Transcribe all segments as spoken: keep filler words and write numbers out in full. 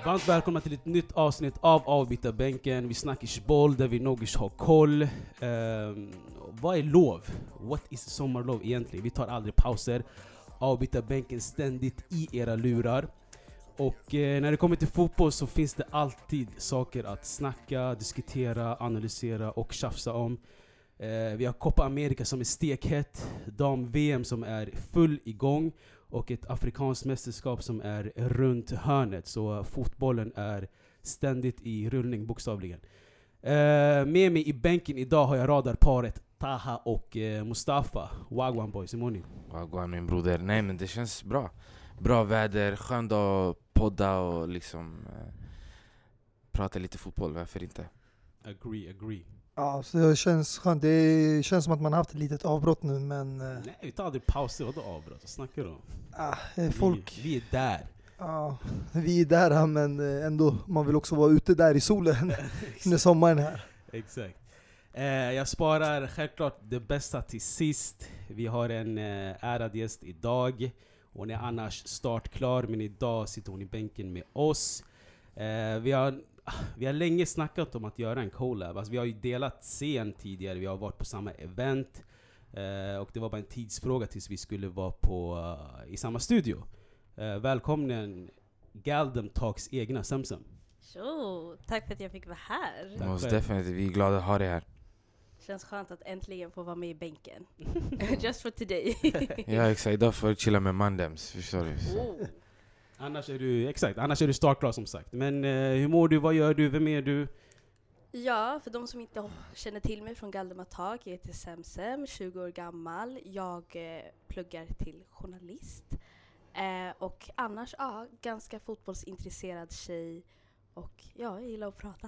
Varmt välkomna till ett nytt avsnitt av Avbytarbänken. Vi snackar boll där vi nog har koll. Um, vad är lov? What is sommarlov egentligen? Vi tar aldrig pauser. Avbytarbänken ständigt i era lurar. Och eh, när det kommer till fotboll så finns det alltid saker att snacka, diskutera, analysera och tjafsa om. Eh, vi har Copa America som är stekhett, dam-V M som är full igång och ett afrikanskt mästerskap som är runt hörnet. Så fotbollen är ständigt i rullning bokstavligen. Eh, med mig i bänken idag har jag radarparet Taha och eh, Mustafa. Wagwan boys, imorgon. Wagwan min broder. Nej men det känns bra. Bra väder, skönt att podda och liksom eh, prata lite fotboll, varför inte? Agree, agree. Ja, så det känns skönt. Det känns som att man har haft ett litet avbrott nu, men... Nej, vi tar aldrig pauser. Vadå avbrott? Vad snackar du om? Ah, folk... Vi, vi är där. Ja, vi är där, men ändå, man vill också vara ute där i solen när sommaren är här. Exakt. Eh, jag sparar självklart det bästa till sist. Vi har en eh, ärad gäst idag. Hon är annars startklar, men idag sitter hon i bänken med oss. Eh, vi, har, vi har länge snackat om att göra en collab. Alltså, vi har ju delat scen tidigare, vi har varit på samma event. Eh, och det var bara en tidsfråga tills vi skulle vara på, uh, i samma studio. Eh, välkommen Galdem Talks egna Samsam. Så, tack för att jag fick vara här. Tack Most definitivt, vi är glada att ha dig här. Känns skönt att äntligen få vara med i bänken. Just for today. Ja exakt, idag får jag chilla med Mandems, förstår du? Oh. Annars är du, exakt, annars är du startklar som sagt. Men eh, hur mår du, vad gör du, vem är du? Ja, för de som inte känner till mig från Galdem Talk, jag heter Samsam, tjugo år gammal. Jag eh, pluggar till journalist. Eh, och annars, ja, ganska fotbollsintresserad tjej. Och ja, jag gillar att prata.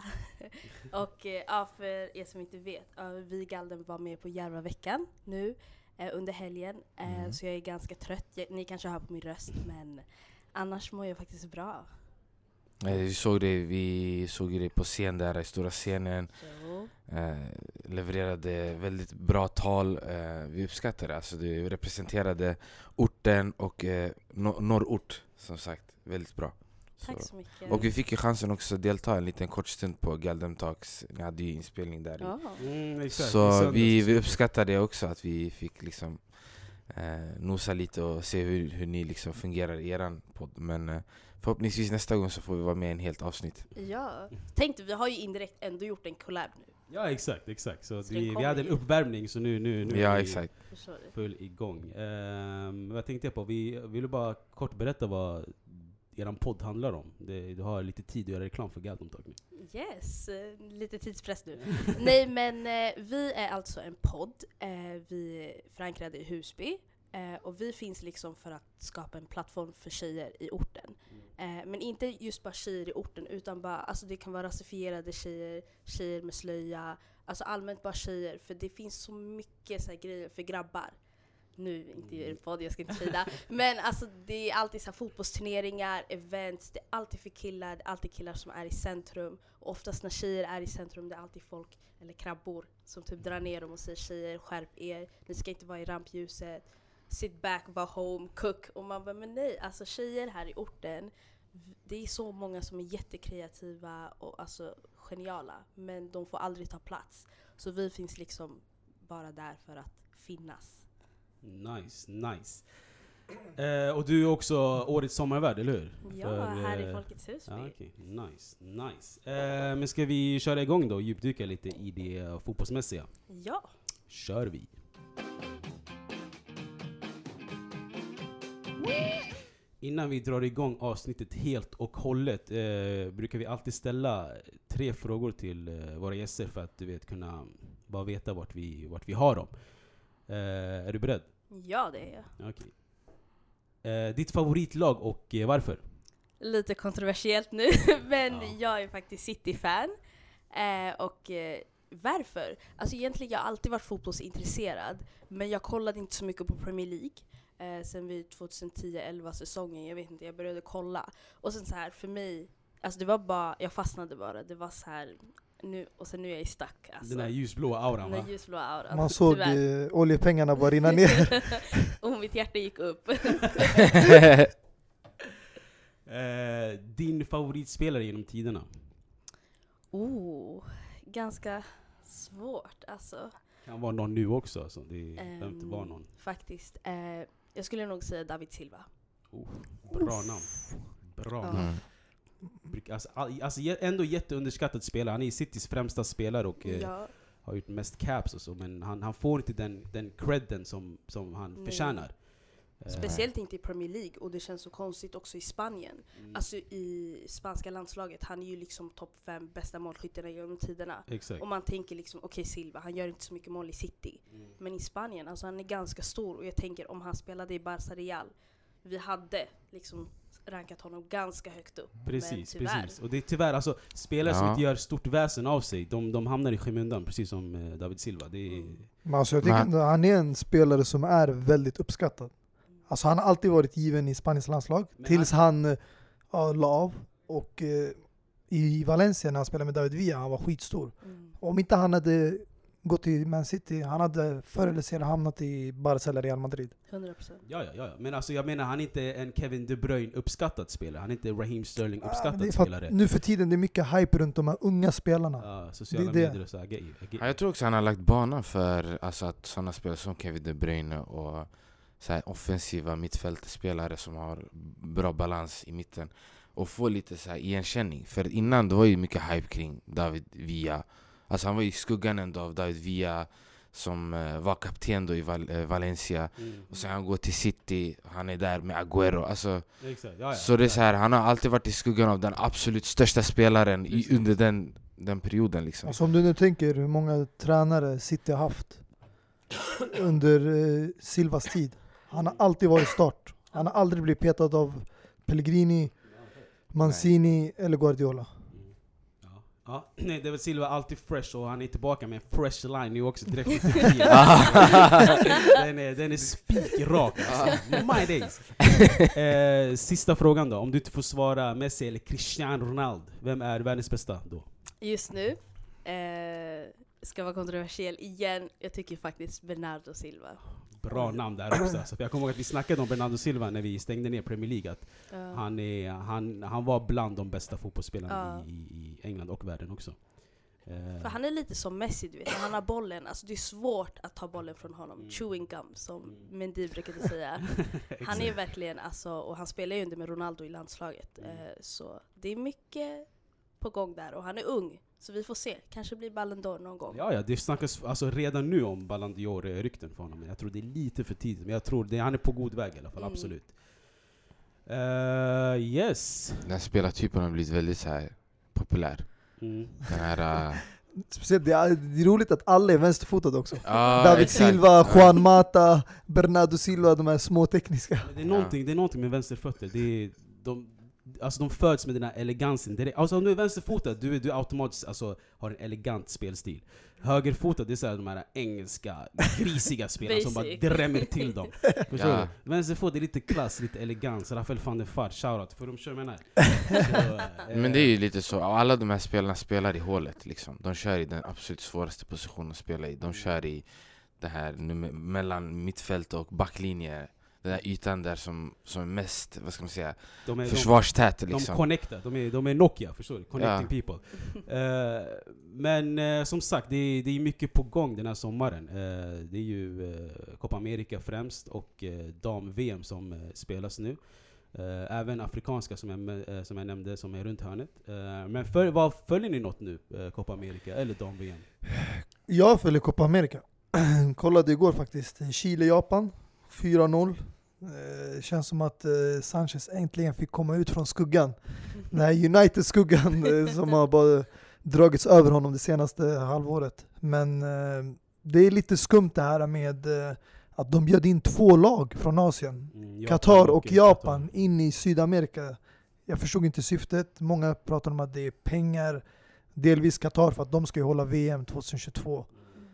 och eh, ja, för er som inte vet, ja, vi i Galdem var med på Järvaveckan nu eh, under helgen. Eh, Mm. Så jag är ganska trött. Jag, ni kanske hör på min röst, men annars mår jag faktiskt bra. Nej, vi såg det, vi såg det på scen där, i stora scenen. Så. Eh, levererade väldigt bra tal. Eh, vi uppskattar det. Alltså, du representerade orten och eh, no- norrort, som sagt. Väldigt bra. Tack så mycket. Och vi fick ju chansen också att delta en liten kort stund på Galdem Talks. Ni hade ju inspelning där. Ja. Mm, exakt. Så vi, vi uppskattar det också, att vi fick liksom eh, nosa lite och se hur, hur ni liksom fungerar i eran podd. Men eh, förhoppningsvis nästa gång så får vi vara med i en helt avsnitt. Ja, tänkte vi har ju indirekt ändå gjort en collab nu. Ja, exakt, exakt. Så, Så vi, den vi hade en kommer uppvärmning, så nu, nu, nu Ja, är vi exakt. Förstår du? full igång. Um, vad tänkte jag på? Vi ville bara kort berätta vad eran podd handlar om. Det, du har lite tid att göra reklam för Galdem Talk nu. Yes, eh, lite tidspress nu. Nej, men eh, vi är alltså en podd. Eh, vi är förankrade i Husby. Eh, och vi finns liksom för att skapa en plattform för tjejer i orten. Eh, men inte just bara tjejer i orten, utan bara, alltså det kan vara rasifierade tjejer, tjejer med slöja, alltså allmänt bara tjejer. För det finns så mycket så här grejer för grabbar. Nu, inte i en podd, jag ska inte säga. Men alltså det är alltid så här fotbollsturneringar, events, det är alltid för killar, det är alltid killar som är i centrum. Och oftast när tjejer är i centrum, det är alltid folk, eller krabbor, som typ drar ner dem och säger tjejer, skärp er, ni ska inte vara i rampljuset, sit back, var home, cook. Och man bara, men nej, alltså tjejer här i orten, det är så många som är jättekreativa och alltså geniala, men de får aldrig ta plats. Så vi finns liksom bara där för att finnas. Nice, nice. Eh, och du är också årets sommarvärd, eller hur? Ja, För, här i eh, Folkets hus. Ja, okay. Nice, nice. Eh, men ska vi köra igång då och djupdyka lite i det uh, fotbollsmässiga? Ja. Kör vi. Innan vi drar igång avsnittet helt och hållet eh, brukar vi alltid ställa tre frågor till eh, våra gäster för att du vet kunna bara veta vart vi, vart vi har dem. Eh, är du beredd? Ja, det är jag. Okej. Eh, ditt favoritlag och eh, varför? Lite kontroversiellt nu, men Ja. jag är faktiskt City-fan. Eh, och eh, varför? Alltså egentligen jag har alltid varit fotbollsintresserad, men jag kollade inte så mycket på Premier League. Eh, sen vid tjugohundratio elva säsongen, jag vet inte, jag började kolla. Och sen så här, för mig, alltså det var bara, jag fastnade bara, det var så här, nu, och sen nu är jag i stack. Alltså. Den här ljusblåa auran, Den va? där ljusblå auran. Man såg tyvärr. eh, oljepengarna bara rinna ner. Och mitt hjärta gick upp. Eh, Eh, din favoritspelare genom tiderna? Oh, ganska svårt alltså. Kan vara någon nu också, alltså. Det behöver Um, inte vara någon. Faktiskt. Eh, jag skulle nog säga David Silva. Oh, bra namn. Bra Ja. namn. Mm. Bruk- Alltså, all- alltså jä- ändå jätteunderskattad spelare. Han är Citys främsta spelare och eh, Ja, har gjort mest caps och så. Men han, han får inte den, den credden som, som han Nej. förtjänar. Eh, speciellt inte i Premier League, och det känns så konstigt också i Spanien. mm, Alltså i spanska landslaget, han är ju liksom topp fem bästa målskyttarna genom tiderna. Exakt. Och man tänker liksom, okej Silva, han gör inte så mycket mål i City. Mm. Men i Spanien, alltså han är ganska stor, och jag tänker om han spelade i Barça Real, vi hade liksom rankat honom ganska högt upp. Men Precis, tyvärr. precis. Och det är tyvärr, alltså spelare som Ja. inte gör stort väsen av sig, de, de hamnar i skymundan, precis som eh, David Silva. Det är, Mm. Men alltså, jag tycker Men- ändå han är en spelare som är väldigt uppskattad. Alltså han har alltid varit given i Spaniens landslag, Men tills han uh, la av. Och uh, i Valencia när han spelade med David Villa, han var skitstor. Mm. Om inte han hade gått till Man City, han hade förr eller senare hamnat i Barca eller Real Madrid. hundra procent. ja, ja, ja. Men alltså jag menar, han är inte en Kevin De Bruyne uppskattad spelare. Han är inte Raheem Sterling Ah, men uppskattad det är för att spelare. nu för tiden det är mycket hype runt de här unga spelarna. Ja, sociala det är det. medier och så. I get you, I get Ja, you. jag tror också han har lagt banan för alltså, att sådana spelare som Kevin De Bruyne och så här, offensiva mittfältspelare som har bra balans i mitten och få lite så här igenkänning. För innan det var ju mycket hype kring David Villa. Alltså han var ju i skuggan ändå av David Villa som eh, var kapten då i Val- eh, Valencia. Mm. Och sen han går till City, han är där med Agüero. Alltså, Exakt, ja, ja. så det är så här, han har alltid varit i skuggan av den absolut största spelaren i, Precis. under den, den perioden liksom. Alltså om du nu tänker hur många tränare City har haft under eh, Silvas tid. Han har alltid varit start. Han har aldrig blivit petad av Pellegrini, Mancini eller Guardiola. Mm. Ja. Ja. Nej, David Silva är alltid fresh och han är tillbaka med en fresh line nu också direkt i Turkiet. den, är, den är spikrak alltså. My days. Eh, sista frågan då. Om du inte får svara Messi eller Cristiano Ronaldo, vem är världens bästa då? Just nu, eh, ska vara kontroversiell igen, jag tycker faktiskt Bernardo Silva. Bra namn där också. Alltså, för jag kommer ihåg att vi snackade om Bernardo Silva när vi stängde ner Premier League. Att Ja. han, är, han, han var bland de bästa fotbollsspelarna Ja. i, i England och världen också. Eh, För han är lite som Messi, du vet. När han har bollen, alltså det är svårt att ta bollen från honom. Mm. Chewing gum, som Mm. Mendy brukade säga. Han är verkligen, alltså, och han spelar ju inte med Ronaldo i landslaget. Mm. Eh, så det är mycket på gång där, och han är ung. Så vi får se, kanske blir Ballon d'Or någon gång. Ja, ja, det snackas alltså redan nu om Ballon d'Or-rykten för honom. Men jag tror det är lite för tidigt. Men jag tror det, han är på god väg i alla fall, Mm. absolut. Uh, yes. Den spelartypen har blivit väldigt så här populär. Mm. Den här... Uh, Speciellt, det är, det är roligt att alla är vänsterfotade också. ah, David exakt. Silva, Ja. Juan Mata, Bernardo Silva, de här små tekniska. Men det, är någonting, det är någonting med vänsterfötter. Det är, de, alltså de föds med den här elegansen. Det är, alltså om du är vänsterfotad, du, du automatiskt alltså, har en elegant spelstil. Högerfotad, det är så här, de här engelska, grisiga spelarna som bara Basic. drämmer till dem. Förstår Ja. du? Vänsterfot är lite klass, lite elegans. Rafael van der Vaart, shoutout. Får de köra med den här? Men det är ju lite så, alla de här spelarna spelar i hålet liksom. De kör i den absolut svåraste positionen att spela i. De kör i det här nu me- mellan mittfält och backlinje. Den där ytan där som, som är mest, vad ska man säga, de är, de, försvarstät de liksom. connectar, de är, de är Nokia, förstår du? Connecting Ja. people. Eh, men eh, som sagt, det är, det är mycket på gång den här sommaren. Eh, det är ju uh, Copa America främst och uh, dam-V M som uh, spelas nu. Eh, även afrikanska som jag, uh, som jag nämnde, som är runt hörnet. Eh, men för, vad, följer ni något nu? Uh, Copa America eller dam-V M? Jag följer Copa America. Kollade igår faktiskt. Chile-Japan, fyra noll. Eh, känns som att eh, Sanchez äntligen fick komma ut från skuggan. Den här United-skuggan eh, som har bara dragits över honom det senaste halvåret. Men eh, det är lite skumt det här med eh, att de bjöd in två lag från Asien. Mm, Japan Qatar och eh, Japan Qatar. in i Sydamerika. Jag förstod inte syftet. Många pratar om att det är pengar. Delvis Qatar för att de ska ju hålla V M tjugohundratjugotvå.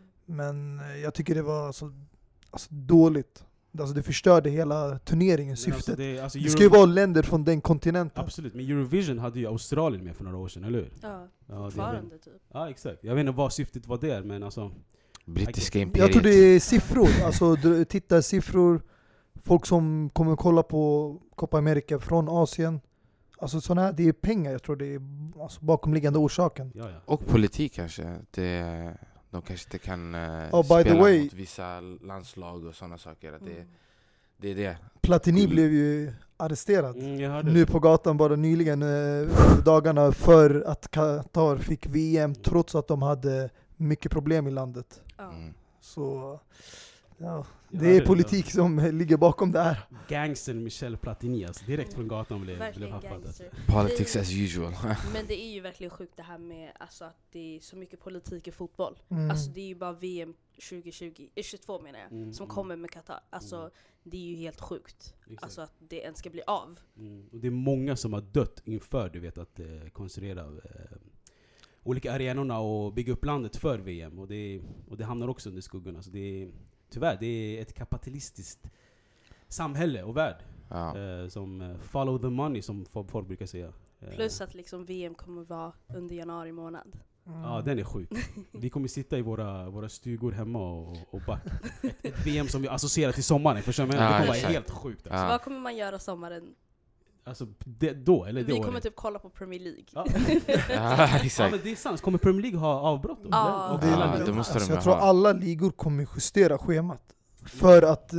Men eh, jag tycker det var alltså, alltså dåligt. Alltså det förstörde hela turneringen, Men syftet. alltså det, alltså Det ska ju Euro- vara länder från den kontinenten. Absolut, men Eurovision hade ju Australien med för några år sedan, eller hur? Ja, Ja, det, jag vet, fortfarande typ. ja exakt. Jag vet inte vad syftet var där, men alltså... Brittiska Jag imperiet. tror det är siffror, alltså dr- tittarsiffror. Folk som kommer kolla på Copa America från Asien. Alltså sådana här, det är pengar, jag tror det är alltså, bakomliggande orsaken. Ja, ja. Och politik kanske. Det, de kanske inte kan uh, Oh, by the spela way- mot vissa landslag och sådana saker. Att det, Mm. det är det. Platini blev ju arresterad. Mm, jag hörde Nu det. på gatan bara nyligen, eh, dagarna för att Qatar fick V M trots att de hade mycket problem i landet. Ja. Mm. Så ja, Jag det hörde är politik som ligger bakom det här. Gangstern Michel Platini, alltså, direkt från gatan blev, blev Verkligen haffad. Alltså. gangster. Politics Det- as usual. Men det är ju verkligen sjukt det här med alltså, att det är så mycket politik i fotboll. Mm. Alltså det är ju bara V M tjugo tjugo, eh, tjugotvå menar jag, Mm, som mm. kommer med Qatar. Alltså Mm. det är ju helt sjukt. Exakt. Alltså att det ens ska bli av. Mm. Och det är många som har dött inför, du vet, att eh, konstruera eh, olika arenorna och bygga upp landet för V M. Och det, och det hamnar också under skuggorna. Så det är, tyvärr, det är ett kapitalistiskt samhälle och värld. Ja. Eh, som eh, follow the money, som fo- folk brukar säga. Eh, Plus att liksom V M kommer vara under januari månad. Mm. Ja, den är sjuk. Vi kommer sitta i våra, våra stugor hemma och, och backa. Ett, ett V M som vi associerar till sommaren, förstår du? Ja, Det kommer vara exakt. helt sjukt. Alltså, Ja. Så vad kommer man göra sommaren? alltså det, då, eller det Vi kommer året. typ kolla på Premier League. Ja. Ja, Ja, exakt. men det är sant. Kommer Premier League ha avbrott då? Ja. Och Det är, Ja, alltså, det måste de jag tror ha. alla ligor kommer justera schemat. För att eh,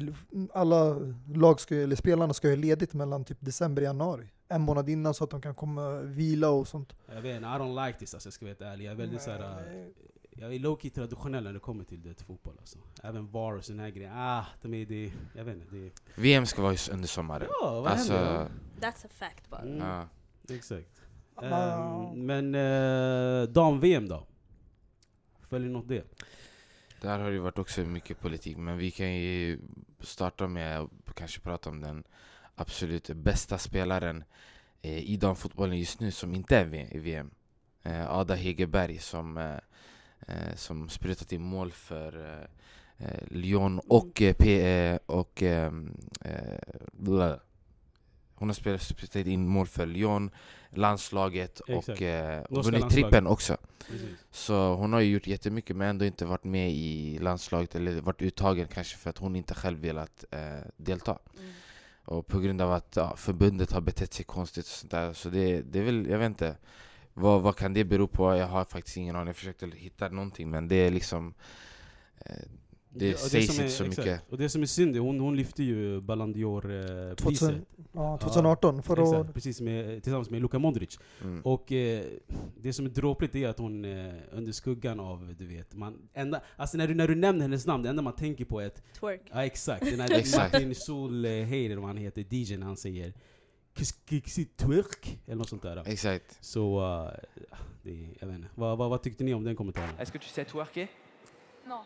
alla lag ska, eller spelarna ska ha ledigt mellan typ december och januari. En månad innan så att de kan komma vila och sånt. Jag vet inte, I don't like this, alltså, jag ska vara helt ärlig. Jag är väldigt såhär, äh, jag är low-key traditionell när det kommer till det, fotboll alltså. Även V A R och såna här grejer. Ah, de är det, jag vet inte. Det, V M ska vara just under sommaren. ja, vad Alltså, händer? That's a fact bara. Mm. ja. Exakt. Ah. Ehm, men uh, dam-V M då? Följer något det? Där har det varit också mycket politik, men vi kan ju starta med att kanske prata om den absolut bästa spelaren eh, i damfotbollen just nu som inte är v- i V M. Eh, Ada Hegerberg som, eh, eh, som sprutat in mål för eh, eh, Lyon och, eh, P, eh, och eh, eh, blö. Hon har spelat, sprutat in mål för Lyon, landslaget Exakt. och, eh, och Norska vunnit landslaget. trippen också. Precis. Så hon har ju gjort jättemycket men ändå inte varit med i landslaget eller varit uttagen kanske för att hon inte själv velat eh, delta. Mm. Och på grund av att ja, förbundet har betett sig konstigt och sånt där. Så det, det är väl, jag vet inte. Vad, vad kan det bero på? Jag har faktiskt ingen aning. Jag försökte hitta någonting men det är liksom... Eh, det Ja, och sägs som är- inte så exakt. mycket. Och det som är synd är hon, hon lyfte ju Ballon d'Or-priset. tvåtusen, ja, tjugoarton, förra Exakt, året. precis, med, tillsammans med Luka Modric. Mm. Och eh, det som är dråpligt är att hon eh, under skuggan av, du vet, man, enda, alltså när du, när du nämner hennes namn, det enda man tänker på är ett, Twerk. ja exakt, den här Exakt. Martin Solheider, eller vad han heter, D J:n, han säger Kiksi twerk, eller något sånt där. Exakt. Så, uh, det, är- jag vet inte. Vad, vad, vad tyckte ni om den kommentaren? Est-ce que tu sais twerker? Non.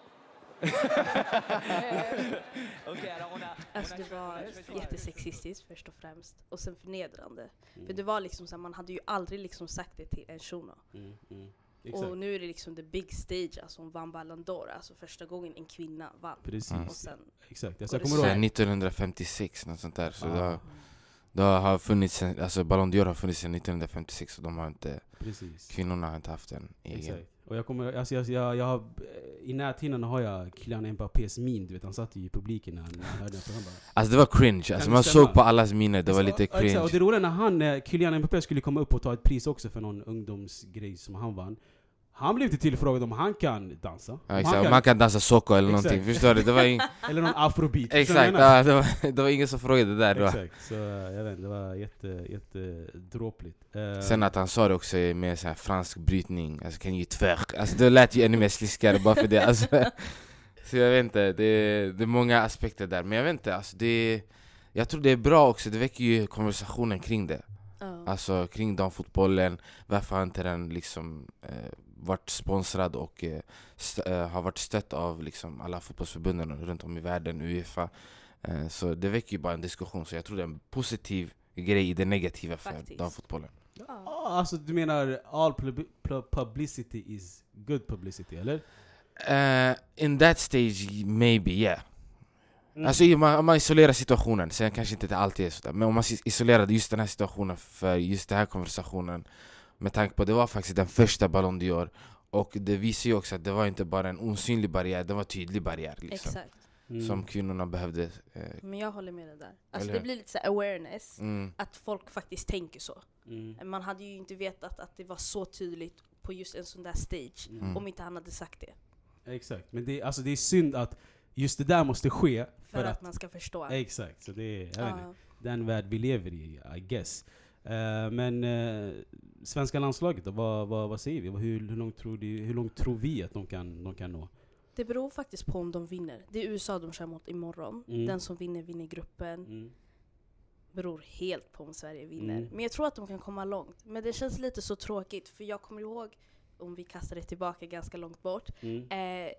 Ok, alors on a... Alltså on a det var je vais sur- jättesexistiskt först och främst. Och sen förnedrande. För Mm, det var liksom så här, man hade ju aldrig liksom sagt det till en shuno. mm, mm. Exakt, Och nu är det liksom the big stage, alltså hon vann Ballon d'Or. Alltså första gången en kvinna vann. precis. Mm. Och sen, Exakt. Alltså, jag Och det kommer Sen ihåg, nittonhundrafemtiosex, något sånt där. Så Ah. det, har, det har funnits, sen- alltså Ballon d'Or har funnits sedan nittonhundrafemtiosex och de har inte, precis. kvinnorna har inte haft en egen. Exakt. Och jag kommer, alltså jag, jag, jag har, i närtiden har jag Kylian Mbappés min, du vet, han satt ju i publiken när han när han hörde det, för han bara, Alltså det var cringe, alltså det man stämma? såg på allas miner, det var lite Ja, exakt. cringe. Och det roliga när han, eh, Kylian Mbappé skulle komma upp och ta ett pris också för någon ungdomsgrej som han vann. Han blev inte tillfrågad om han kan dansa. Om Ja, han exakt. kan, Och man kan dansa socko eller Exakt. någonting, förstår du? Det var, ing- eller någon afrobeat. Förstår exakt, du vad jag menar? ja, det, var, det var ingen som frågade det där. Det var. Exakt, så eh, jag vet inte, det var jätte, jätte dråpligt. Eh, Sen att han sa det också med så här fransk brytning, alltså kan ju twerk. Alltså det lät ju ännu mer sliskare bara för det. Alltså, så jag vet inte, det är, det är många aspekter där. Men jag vet inte, alltså det, jag tror det är bra också, det väcker ju konversationen kring det. ja. Alltså kring damfotbollen, varför har inte den liksom eh, varit sponsrad och eh, st- eh, har varit stött av liksom alla fotbollsförbunden runt om i världen, UEFA. Eh, så det väcker ju bara en diskussion, så jag tror det är en positiv grej i det negativa för Faktiskt. damfotbollen. Ja. ah, alltså du menar all pub- pub- publicity is good publicity, eller? Uh, in that stage, maybe, yeah. Mm. Alltså om man, om man isolerar situationen, sen kanske inte det alltid är sådär, men om man is- isolerade just den här situationen för just den här konversationen, med tanke på att det var faktiskt den första Ballon d'Or, och det visar ju också att det var inte bara en osynlig barriär, det var en tydlig barriär liksom. Exakt. Mm. som kvinnorna behövde. Eh, Men jag håller med dig där. Alltså Eller det hur? blir lite så här awareness. mm, Att folk faktiskt tänker så. Mm. Man hade ju inte vetat att det var så tydligt på just en sån där stage. Mm. Om inte han hade sagt det. Exakt, men det, alltså det är synd att just det där måste ske För, för att, att, man ska förstå. exakt, så det är, jag vet inte, Ja. den värld vi lever i, I guess. Eh, men uh, svenska landslaget då, vad, vad, vad säger vi? Hur, hur, långt tror du, hur långt tror vi att de kan, de kan nå? Det beror faktiskt på om de vinner. Det är U S A de kör mot imorgon. Mm. Den som vinner vinner gruppen. Mm. Beror helt på om Sverige vinner. Mm. Men jag tror att de kan komma långt. Men det känns lite så tråkigt. För jag kommer ihåg, om vi kastar det tillbaka ganska långt bort. Mm. Eh,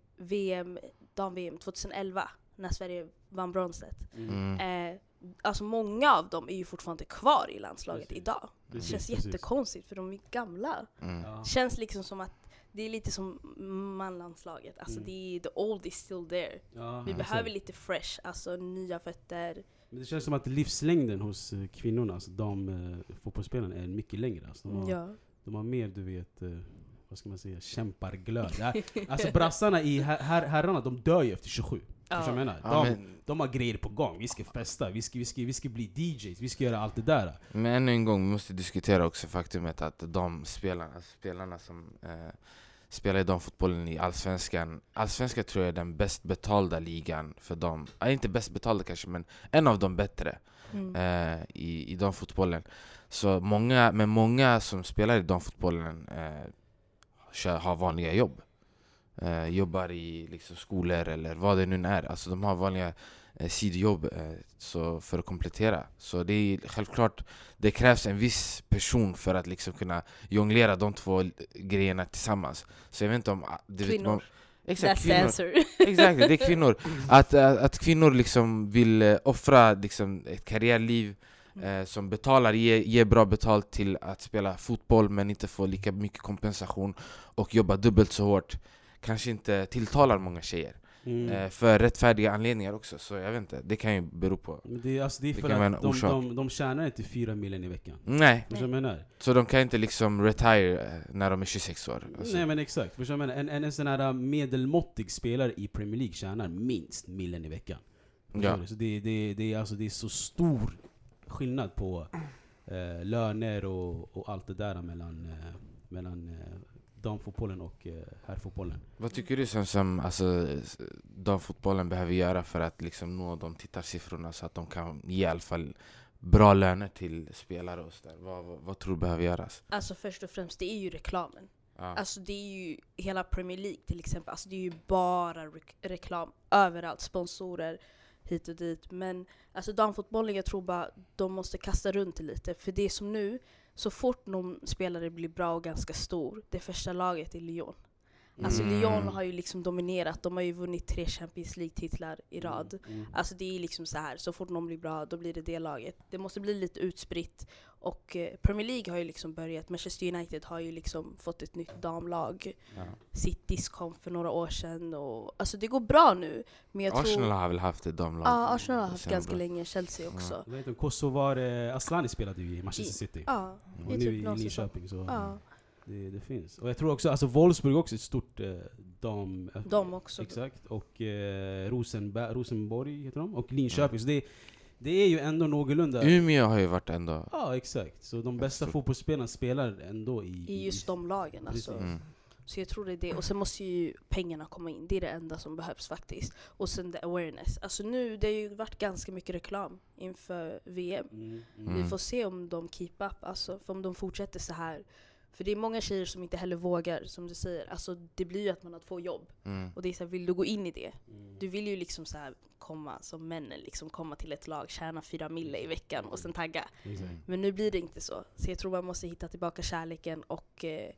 V M, dam-V M tjugoelva. När Sverige vann bronset. Mm. mm, Eh, alltså många av dem är ju fortfarande kvar i landslaget Precis. idag. Det Precis, känns precis. jättekonstigt för de är gamla. mm. Ja. Känns liksom som att det är lite som manlandslaget. Alltså Mm. det är, the old is still there. Ja, Vi exakt. behöver lite fresh, alltså nya fötter. Men det känns som att livslängden hos eh, kvinnorna, alltså de eh, fotbollsspelarna, är mycket längre. Alltså de, har, Ja. de har mer, du vet, eh, vad ska man säga, kämparglöd. Ja, alltså brassarna i her- her- herrarna, de dör ju efter tjugosju. Ja. Förstår du vad jag menar? Ja, De, men, de har grejer på gång. Vi ska festa, vi ska, vi ska, vi ska bli D Js, vi ska göra allt det där. men ännu en gång, vi måste diskutera också faktumet att de spelarna, spelarna som eh, spelar i damfotbollen i Allsvenskan. Allsvenskan tror jag är den bäst betalda ligan för dem. Ja, inte bäst betalda kanske, men en av de bättre Mm. eh, i, i damfotbollen. Så många, men många som spelar i damfotbollen eh, kör, har vanliga jobb. Eh, jobbar i liksom, skolor eller vad det nu är. Alltså de har vanliga eh, sidojobb eh, så för att komplettera. Så det är självklart, det krävs en viss person för att liksom kunna jonglera de två grejerna tillsammans. Så jag vet inte om... ah, Det vet Kvinnor. man, exakt, That's kvinnor. answer. Exakt, det är kvinnor. Att, att, att kvinnor liksom vill eh, offra liksom, ett karriärliv eh, som betalar, ger ge bra betalt till att spela fotboll men inte få lika mycket kompensation och jobba dubbelt så hårt. Kanske inte tilltalar många tjejer. Mm. Eh, för rättfärdiga anledningar också. Så jag vet inte, det kan ju bero på. Men det, är, alltså, det är Det för kan vara en att de, orsak. de, de tjänar inte fyra miljoner i veckan. Nej, Förstår du vad jag menar? så de kan inte liksom retire eh, när de är tjugosex år. Alltså. Nej men exakt, förstår du vad jag menar? En, en, en sån här medelmåttig spelare i Premier League tjänar minst miljoner i veckan. Förstår Ja. du? Så det, det, det, är, alltså, det är så stor skillnad på eh, löner och, och allt det där mellan, eh, mellan eh, damfotbollen och eh, herrfotbollen. Vad tycker du som, som alltså, damfotbollen behöver göra för att liksom nå de tittarsiffrorna så att de kan ge i alla fall bra löner till spelare och så där? Vad, vad, vad tror du behöver göras? Alltså först och främst, det är ju reklamen. Ja. Alltså det är ju hela Premier League till exempel. Alltså det är ju bara re- reklam överallt. Sponsorer hit och dit. Men alltså damfotbollen, jag tror bara de måste kasta runt det lite. För det är som nu, så fort någon spelare blir bra och ganska stor, det första laget är Lyon. Alltså Mm. Lyon har ju liksom dominerat. De har ju vunnit tre Champions League-titlar i rad. Mm. Alltså det är liksom så här, så fort någon blir bra, då blir det det laget. Det måste bli lite utspritt. Och eh, Premier League har ju liksom börjat. Manchester United har ju liksom fått ett nytt damlag. Ja. Citys kom för några år sedan. Och, alltså det går bra nu. Men jag Arsenal tror... har väl haft ett damlag? Ja, Arsenal har haft sen ganska bra. länge. Chelsea också. Jag vet inte, Kosovar, eh, Aslani spelade ju i Manchester I- City. Ja, Och i nu typ i någon säsong. Linköping så Ja, det, det finns. Och jag tror också, alltså Wolfsburg också är ett stort eh, dam... eh, de också. Exakt, och eh, Rosenberg, Rosenborg heter de, och Linköping. Så det, det är ju ändå någorlunda... Umeå har ju varit ändå... Ja, exakt. Så de bästa så- fotbollsspelarna spelar ändå i... I just de lagen. Alltså. Precis. Mm. Så jag tror det är det. Och sen måste ju pengarna komma in. Det är det enda som behövs faktiskt. Och sen the awareness. Alltså nu, det har ju varit ganska mycket reklam inför V M. Mm, Mm. Vi får se om de keep up. Alltså, för om de fortsätter så här. För det är många tjejer som inte heller vågar, som du säger. Alltså det blir ju att man har två jobb. Mm. Och det är så här, vill du gå in i det? Mm. Du vill ju liksom så här komma som männen, liksom komma till ett lag, tjäna fyra mille i veckan och sen tagga. Exakt. Men nu blir det inte så. Så jag tror man måste hitta tillbaka kärleken och eh,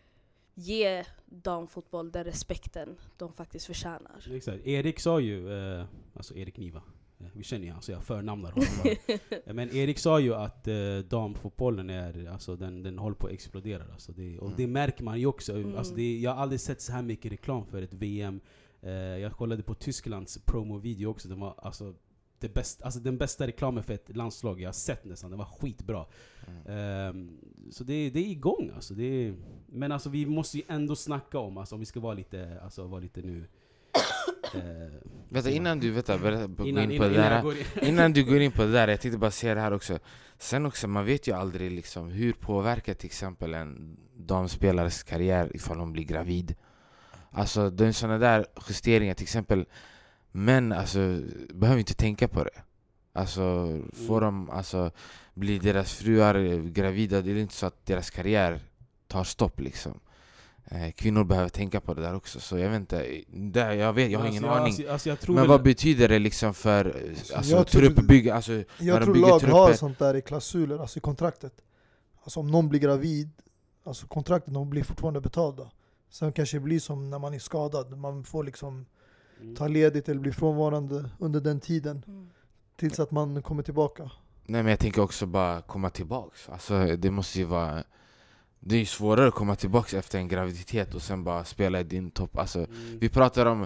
ge damfotboll den respekten de faktiskt förtjänar. Exakt. Erik sa ju, eh, alltså Erik Niva, eh, vi känner ju han så jag förnamnar honom bara. Eh, Men Erik sa ju att eh, damfotbollen är, alltså den, den håller på att explodera. Alltså det, och Mm. det märker man ju också. Mm. Alltså det, jag har aldrig sett så här mycket reklam för ett V M. Eh, jag kollade på Tysklands promo-video också. Den var alltså, det bäst, alltså den bästa reklamen för ett landslag jag har sett nästan. Den var skitbra. Mm. Ehm, så det, det är igång alltså. Det är, men alltså vi måste ju ändå snacka om, alltså, om vi ska vara lite, alltså, vara lite nu eh, Vet du, innan du vet, börja gå Innan, in på innan, det innan, där, jag går in. innan du går in på det där, jag tänkte bara säga det här också. Sen också, man vet ju aldrig liksom hur påverkar till exempel en damspelares karriär ifall hon blir gravid. Alltså det är sådana där justeringar till exempel. Men alltså behöver inte tänka på det. Alltså får de, alltså blir deras fruar gravida, det är inte så att deras karriär tar stopp liksom. Eh, kvinnor behöver tänka på det där också. Så jag vet inte, där, jag, vet, jag har ingen alltså, aning. Alltså, alltså, jag tror Men väl, vad betyder det liksom för alltså, Jag tror- truppbygge? Alltså, när Jag de tror bygger lag trupper. har sånt där i klausuler, alltså i kontraktet. Alltså om någon blir gravid, alltså kontraktet, de blir fortfarande betalda. Sen kanske det blir som när man är skadad, man får liksom Mm. ta ledigt eller bli frånvarande under den tiden Mm. tills att man kommer tillbaka. Nej men jag tänker också bara komma tillbaks. Alltså det måste ju vara, det är ju svårare att komma tillbaks efter en graviditet och sen bara spela i din topp. Alltså Mm. vi pratar om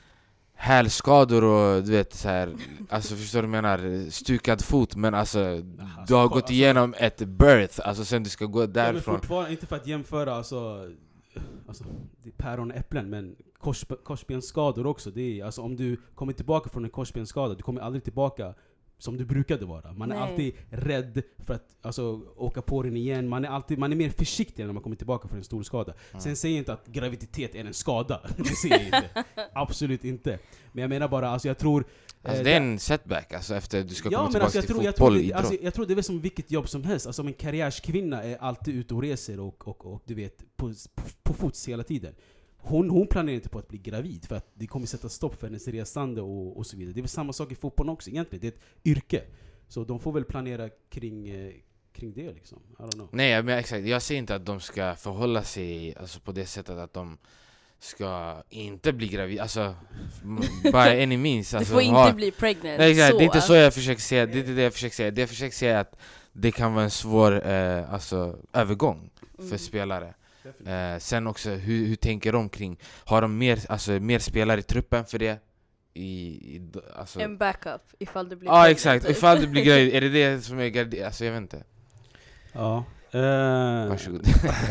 hälskador och du vet så här, alltså förstår du vad jag menar, stukad fot, men alltså du har gått alltså- igenom ett birth, alltså sen du ska gå Ja, men därifrån. fortfarande, inte för att jämföra alltså, alltså det är päron och äpplen, men kors, korsbensskador också. Det är, alltså, om du kommer tillbaka från en korsbensskada, du kommer aldrig tillbaka som du brukade vara. Man är Nej. alltid rädd för att alltså, åka på den igen. Man är, alltid, man är mer försiktig när man kommer tillbaka från en stor skada. Mm. Sen säger jag inte att graviditet är en skada. Det säger jag inte. Absolut inte. Men jag menar bara, alltså, jag tror... Alltså eh, det är en setback, alltså efter du ska Ja, komma men tillbaka alltså, jag, till tror, jag, tror fotboll, det, idrott. alltså, jag tror det är väl som vilket jobb som helst. Alltså, om en karriärskvinna är alltid ute och reser och, och, och du vet, på, på, på fots hela tiden. Hon, hon planerar inte på att bli gravid för att det kommer sätta stopp för hennes resande och, och så vidare. Det är väl samma sak i fotbollen också egentligen. Det är ett yrke. Så de får väl planera kring, eh, kring det liksom. I don't know. Nej men exakt, jag säger inte att de ska förhålla sig alltså, på det sättet att de ska inte bli gravid. Alltså, m- bara any means. Alltså, du får inte ha- bli pregnant. Nej, exakt, så. det är inte så jag försöker säga. Det är inte det jag försöker säga. Det jag försöker säga är att det kan vara en svår eh, alltså, övergång för Mm. spelare. Eh, sen också, hur, hur tänker de kring? Har de mer, alltså, mer spelare i truppen för det? I, i, alltså... En backup ifall du blir Ja, pregnant, exakt. typ. Ifall du blir gravid, är det det som är gravid? Alltså, jag vet inte. Ja. Uh, Varsågod.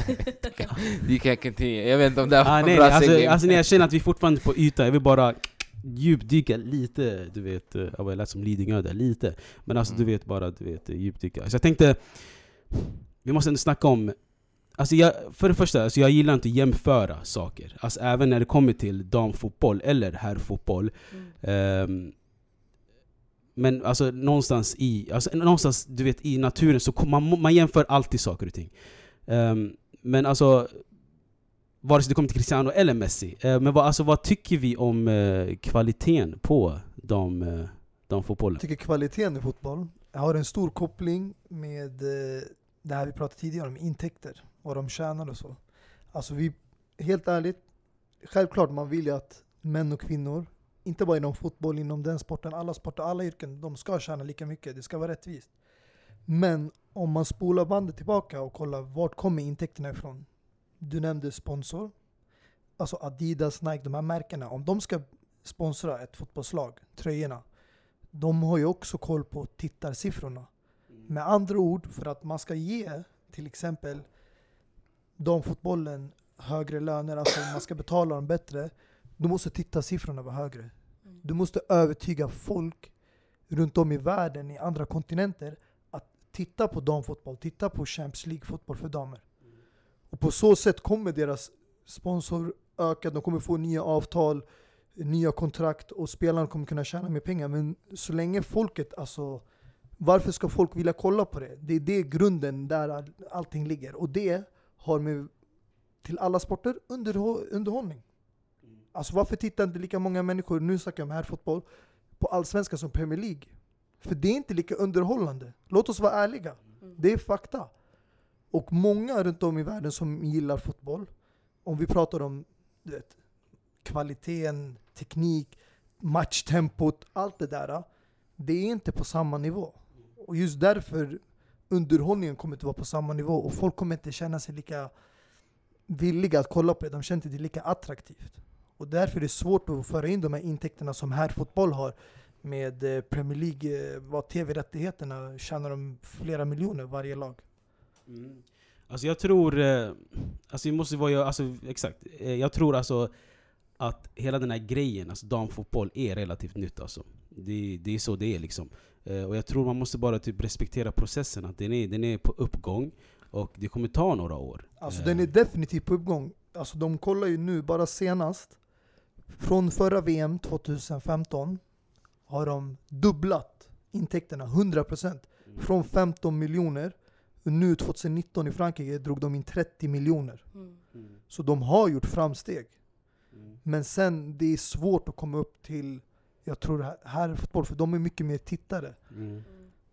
Du kan continue. Jag vet inte om det här var ah, en nej, bra nej, alltså, segling. alltså, nej, jag känner att vi fortfarande är på yta. Jag vill bara djupdyka lite, du vet, uh, jag lät som Lidingö där, lite. Men alltså Mm. du vet, bara du vet, djupdyka. Så jag tänkte, vi måste ändå snacka om, alltså jag, för det första, alltså jag gillar inte att jämföra saker. Alltså även när det kommer till damfotboll eller herrfotboll. Mm. Um, men alltså någonstans i, alltså någonstans du vet i naturen så kom, man, man jämför alltid saker och ting. Um, men alltså vare sig det kommer till Cristiano eller Messi. Uh, men vad, alltså, vad tycker vi om uh, kvaliteten på de, uh, de fotbollen? Jag tycker kvaliteten i fotboll har en stor koppling med eh, det här vi pratade tidigare om, intäkter, vad de tjänar och så. Alltså vi, helt ärligt, självklart man vill ju att män och kvinnor, inte bara inom fotboll, inom den sporten, alla sporter, alla yrken, de ska tjäna lika mycket, det ska vara rättvist. Men om man spolar bandet tillbaka och kollar vart kommer intäkterna ifrån? Du nämnde sponsor, alltså Adidas, Nike, de här märkena, om de ska sponsra ett fotbollslag, tröjorna, de har ju också koll på tittarsiffrorna. Med andra ord, för att man ska ge till exempel damfotbollen högre löner, alltså man ska betala dem bättre, då måste tittarsiffrorna vara högre. Du måste övertyga folk runt om i världen, i andra kontinenter, att titta på damfotboll, titta på Champions League-fotboll för damer. Och på så sätt kommer deras sponsor öka, de kommer få nya avtal, nya kontrakt och spelarna kommer kunna tjäna mer pengar. Men så länge folket, alltså varför ska folk vilja kolla på det? Det är det grunden där all, allting ligger. Och det har med till alla sporter underhå- underhållning. Alltså varför tittar inte lika många människor, nu snackar jag om här fotboll, på allsvenska som Premier League? För det är inte lika underhållande. Låt oss vara ärliga. Det är fakta. Och många runt om i världen som gillar fotboll, om vi pratar om du vet, kvaliteten, teknik, matchtempot, allt det där, det är inte på samma nivå. Och just därför underhållningen kommer inte vara på samma nivå och folk kommer inte känna sig lika villiga att kolla på det. De känner inte det lika attraktivt. Och därför är det svårt att föra in de här intäkterna som här fotboll har med eh, Premier League, eh, vad tv-rättigheterna tjänar de flera miljoner varje lag. Mm. Alltså jag tror, eh, alltså vi måste vara, alltså exakt, eh, jag tror alltså att hela den här grejen, alltså damfotboll, är relativt nytt alltså. Det, det är så det är liksom. Eh, och jag tror man måste bara typ respektera processen, att den är, den är på uppgång och det kommer ta några år. Alltså eh. den är definitivt på uppgång. Alltså de kollar ju nu bara senast. Från förra V M tjugohundrafemton har de dubblat intäkterna, hundra procent. Mm. Från femton miljoner. Och nu tjugonitton i Frankrike drog de in trettio miljoner. Mm. Mm. Så de har gjort framsteg. Mm. Men sen det är svårt att komma upp till, jag tror här, här är fotboll, för de är mycket mer tittare. Mm. Mm.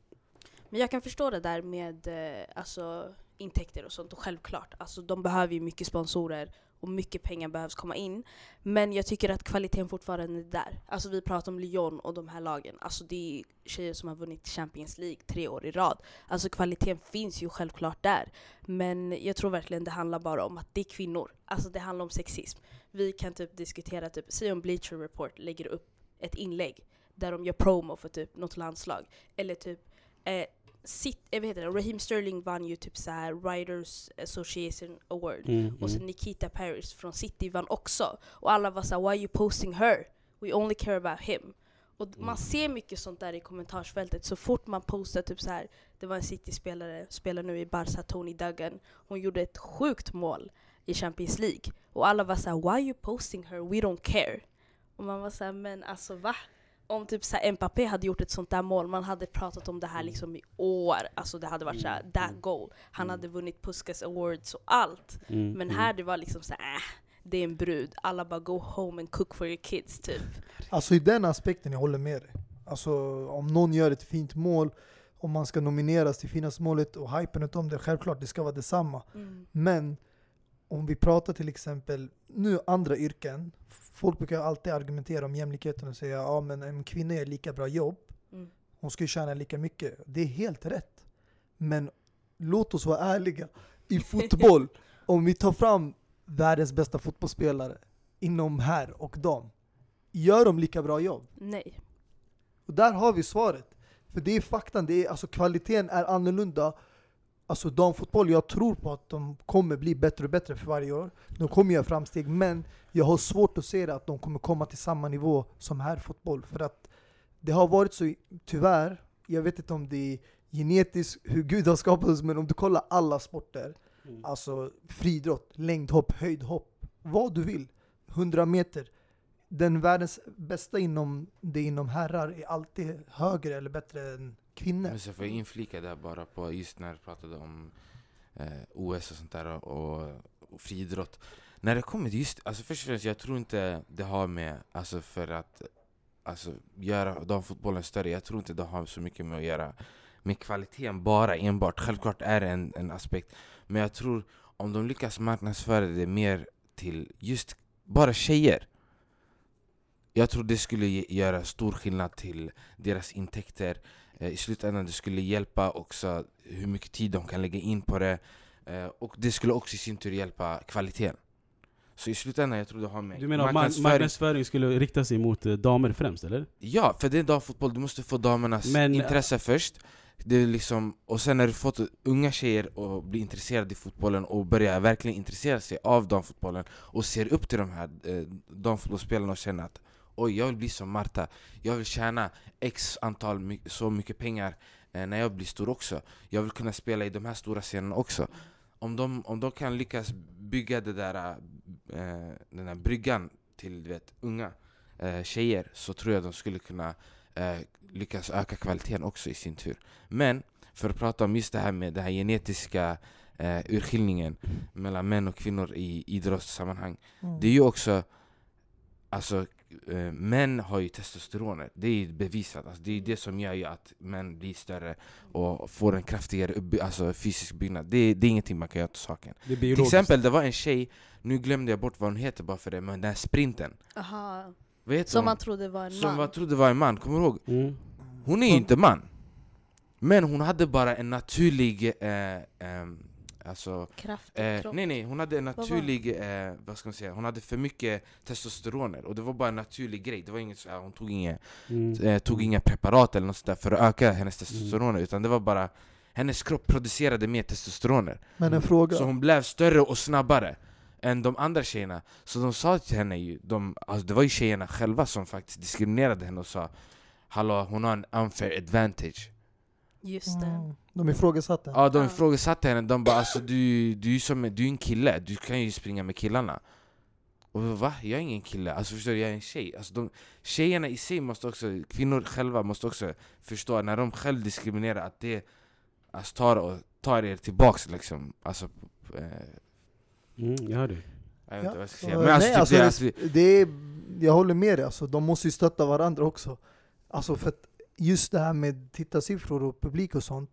Men jag kan förstå det där med eh, alltså, intäkter och sånt, och självklart. Alltså, de behöver ju mycket sponsorer och mycket pengar behövs komma in. Men jag tycker att kvaliteten fortfarande är där. Alltså vi pratar om Lyon och de här lagen. Alltså det är tjejer som har vunnit Champions League tre år i rad. Alltså kvaliteten finns ju självklart där. Men jag tror verkligen det handlar bara om att det är kvinnor. Alltså det handlar om sexism. Vi kan typ diskutera, typ, säg om Bleacher Report lägger upp ett inlägg där de gör promo för typ något landslag. Eller typ eh, Sitt, jag vet inte, Raheem Sterling vann ju typ så här Writers Association Award. Mm. Och sen Nikita Paris från City vann också. Och alla var såhär, why are you posting her? We only care about him. Och Mm. man ser mycket sånt där i kommentarsfältet. Så fort man postar typ så här, det var en City-spelare, spelar nu i Barca, Tony Duggan. Hon gjorde ett sjukt mål i Champions League. Och alla var såhär, why are you posting her? We don't care. Och man var såhär, men alltså va? Om typ så här Mbappé hade gjort ett sånt där mål, man hade pratat om det här liksom i år. Alltså det hade varit så här, that goal. Han Mm. hade vunnit Puskas Awards och allt. Mm. Men Mm. här det var liksom så här, äh, det är en brud. Alla bara go home and cook for your kids typ. Alltså i den aspekten jag håller med dig. Alltså om någon gör ett fint mål, om man ska nomineras till finaste målet och hypen om det, självklart det ska vara detsamma. Mm. Men om vi pratar till exempel nu andra yrken, folk brukar alltid argumentera om jämlikheten och säga ja men en kvinna gör lika bra jobb, Mm. hon ska ju tjäna lika mycket. Det är helt rätt. Men låt oss vara ärliga. I fotboll, om vi tar fram världens bästa fotbollsspelare inom här och dam, gör de lika bra jobb? Nej. Och där har vi svaret. För det är faktan, det är, alltså kvaliteten är annorlunda. Alltså damfotboll, jag tror på att de kommer bli bättre och bättre för varje år. De kommer göra framsteg, men jag har svårt att se att de kommer komma till samma nivå som här fotboll. För att det har varit så, tyvärr, jag vet inte om det är genetiskt, hur Gud har skapat oss, men om du kollar alla sporter, Mm. alltså friidrott, längdhopp, höjdhopp, vad du vill, hundra meter. Den världens bästa inom det inom herrar är alltid högre eller bättre än kvinnor. Men så får jag inflika där bara på just när du pratade om eh, O S och sånt där och, och friidrott. När det kommer till just, alltså först och främst, jag tror inte det har med, alltså för att alltså, göra damfotbollen större, jag tror inte det har så mycket med att göra med kvaliteten bara enbart. Självklart är det en, en aspekt, men jag tror om de lyckas marknadsföra det mer till just bara tjejer, jag tror det skulle ge- göra stor skillnad till deras intäkter. Eh, I slutändan det skulle hjälpa också hur mycket tid de kan lägga in på det. Eh, och det skulle också i sin tur hjälpa kvaliteten. Så i slutändan jag tror det har med Du menar att marknadsföring- marknadsföring, marknadsföring skulle rikta sig mot eh, damer främst, eller? Ja, för det är damfotboll. Du måste få damernas Men- intresse först. Det är liksom, och sen när du fått unga tjejer att bli intresserade i fotbollen och börja verkligen intressera sig av damfotbollen och ser upp till de här eh, damfotbollsspelarna och känner att oj, jag vill bli som Marta. Jag vill tjäna x antal my- så mycket pengar eh, när jag blir stor också. Jag vill kunna spela i de här stora scenerna också. Om de, om de kan lyckas bygga det där, eh, den där bryggan till du vet, unga eh, tjejer, så tror jag de skulle kunna eh, lyckas öka kvaliteten också i sin tur. Men för att prata om just det här med den här genetiska eh, urskiljningen mellan män och kvinnor i idrottssammanhang. Mm. Det är ju också, alltså eh, män har ju testosteroner. Det är ju bevisat. Alltså, det är det som gör ju att män blir större och får en kraftigare uppby- alltså, fysisk byggnad. Det, det är ingenting man kan göra till saken. Det är Till biologiskt. exempel, det var en tjej, nu glömde jag bort vad hon heter bara för det, men den här sprinten. Aha. Vad heter Som hon? man trodde var en Som man. man trodde var en man, kommer du ihåg? Mm. Hon är ju inte man. Men hon hade bara en naturlig eh, ehm, alltså, Kraft och eh, kropp. nej nej, hon hade en var det? naturlig eh, vad ska man säga, hon hade för mycket testosteroner och det var bara en naturlig grej. Det var inget så här, hon tog inga Mm. eh, tog inga preparat eller något sånt där för att öka hennes testosteroner, utan det var bara hennes kropp producerade mer testosteroner. Men en fråga. Så hon blev större och snabbare. än de andra tjejerna. Så de sa till henne ju, de, alltså det var ju tjejerna själva som faktiskt diskriminerade henne och sa hallå, hon har en unfair advantage. Just det. Mm. De ifrågasatte. Ja, de Ja. ifrågasatte henne. De bara, alltså du, du är ju som, du är en kille. Du kan ju springa med killarna. Och va? Jag är ingen kille. Alltså förstår du, jag är en tjej. Alltså de, tjejerna i sig måste också, kvinnor själva måste också förstå när de själv diskriminerar att det alltså, tar, och, tar er tillbaks liksom. Alltså, eh, Mm, jag hör det. jag vet inte vad jag ska Så, säga. Men alltså, nej, typ alltså, det, det, alltså, det är, jag håller med dig, alltså, de måste ju stötta varandra också. Alltså för att just det här med tittarsiffror och publik och sånt.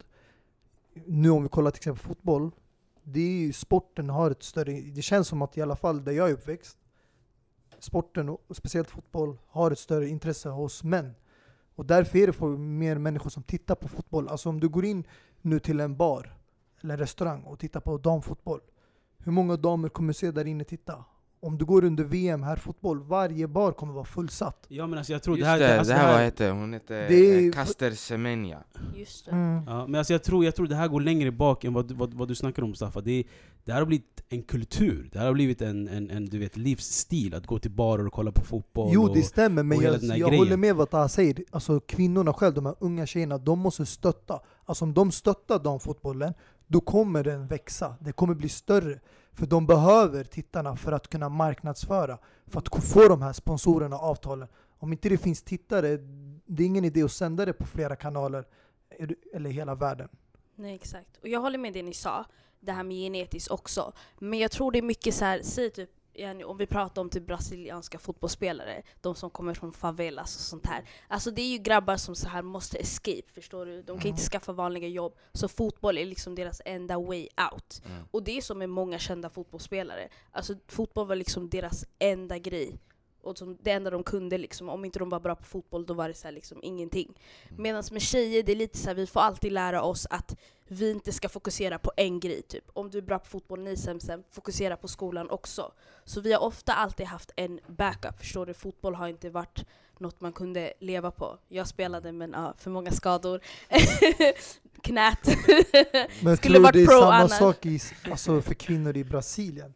Nu om vi kollar till exempel fotboll. Det är ju, sporten har ett större, det känns som att i alla fall där jag är uppväxt, sporten och speciellt fotboll har ett större intresse hos män. Och därför är det för mer människor som tittar på fotboll. Alltså om du går in nu till en bar eller en restaurang och tittar på damfotboll. Hur många damer kommer se där inne titta? Om du går under V M här fotboll, varje bar kommer vara fullsatt. Ja men alltså jag tror just det här... det, alltså, det här var hette, hon hette Det är- eh, Caster Semenya. Just det. Mm. Ja, men alltså jag tror, jag tror det här går längre bak än vad, du- vad, vad du snackar om, Mustafa. Det, är- det här har blivit en kultur. Det här har blivit en, en, en du vet, livsstil. Att gå till barer och kolla på fotboll. Jo, och, det stämmer, men och hela jag, den här jag grejen. håller med vad Taha säger. Alltså kvinnorna själv, de här unga tjejerna, de måste stötta. Alltså om de stöttar damfotbollen, då kommer den växa. Det kommer bli större. För de behöver tittarna för att kunna marknadsföra. För att få de här sponsorerna och avtalen. Om inte det finns tittare, det är ingen idé att sända det på flera kanaler. Eller hela världen. Nej, exakt. Och jag håller med det ni sa. Det här med genetiskt också. Men jag tror det är mycket så här, säg typ, igen, om vi pratar om typ brasilianska fotbollsspelare, de som kommer från favelas och sånt här. Alltså det är ju grabbar som så här måste escape, förstår du? De kan inte skaffa vanliga jobb. Så fotboll är liksom deras enda way out. Mm. Och det är som med många kända fotbollsspelare. Alltså fotboll var liksom deras enda grej. Och som det enda de kunde liksom, om inte de var bra på fotboll, då var det så här liksom ingenting. Medan med tjejer, det är lite så här, vi får alltid lära oss att vi inte ska fokusera på en grej typ. Om du är bra på fotboll, ni sämst, fokusera på skolan också. Så vi har ofta alltid haft en backup, förstår du? Fotboll har inte varit något man kunde leva på. Jag spelade, men ja, för många skador. Knät. Men Skulle tror du varit det är pro samma annars. sak i, alltså för kvinnor i Brasilien?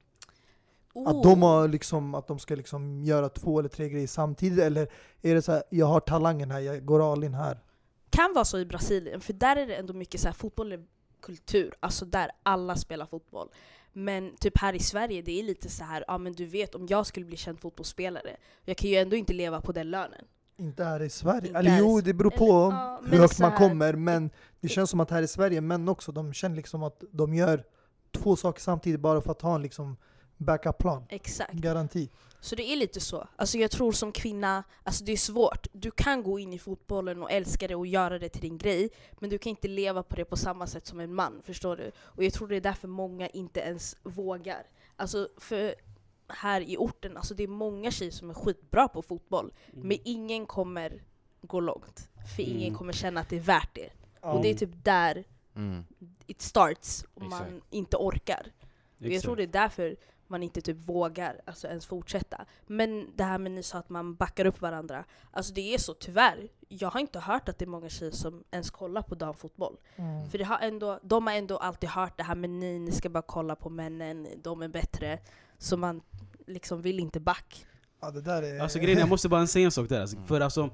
Oh. Att de har liksom, att de ska liksom göra två eller tre grejer samtidigt, eller är det så här, jag har talangen här, jag går all in här? Kan vara så i Brasilien, för där är det ändå mycket så här, fotboll är kultur, alltså där alla spelar fotboll. Men typ här i Sverige, det är lite så här, ja men du vet, om jag skulle bli känd fotbollsspelare, jag kan ju ändå inte leva på den lönen. Inte här i Sverige. Inte Eller här i jo, S- det beror på eller, ja, hur men högt så man här- kommer, men det känns som att här i Sverige, män också, de känner liksom att de gör två saker samtidigt bara för att ha en liksom backup-plan. Exakt. Garanti. Så det är lite så. Alltså jag tror som kvinna, alltså det är svårt. Du kan gå in i fotbollen och älska det och göra det till din grej, men du kan inte leva på det på samma sätt som en man, förstår du? Och jag tror det är därför många inte ens vågar. Alltså för här i orten, alltså det är många tjejer som är skitbra på fotboll, men ingen kommer gå långt. För ingen Mm. kommer känna att det är värt det. Och det är Mm. typ där Mm. it starts, om man Exakt. inte orkar. Och jag Exakt. tror det är därför man inte typ vågar alltså ens fortsätta. Men det här med ni sa att man backar upp varandra. Alltså det är så, tyvärr. Jag har inte hört att det är många tjejer som ens kollar på damfotboll. Mm. För det har ändå, de har ändå alltid hört det här med ni, ni ska bara kolla på männen, de är bättre. Så man liksom vill inte back. Ja, det där är... Alltså grejen, jag måste bara säga en sak där. Alltså, Mm. för alltså,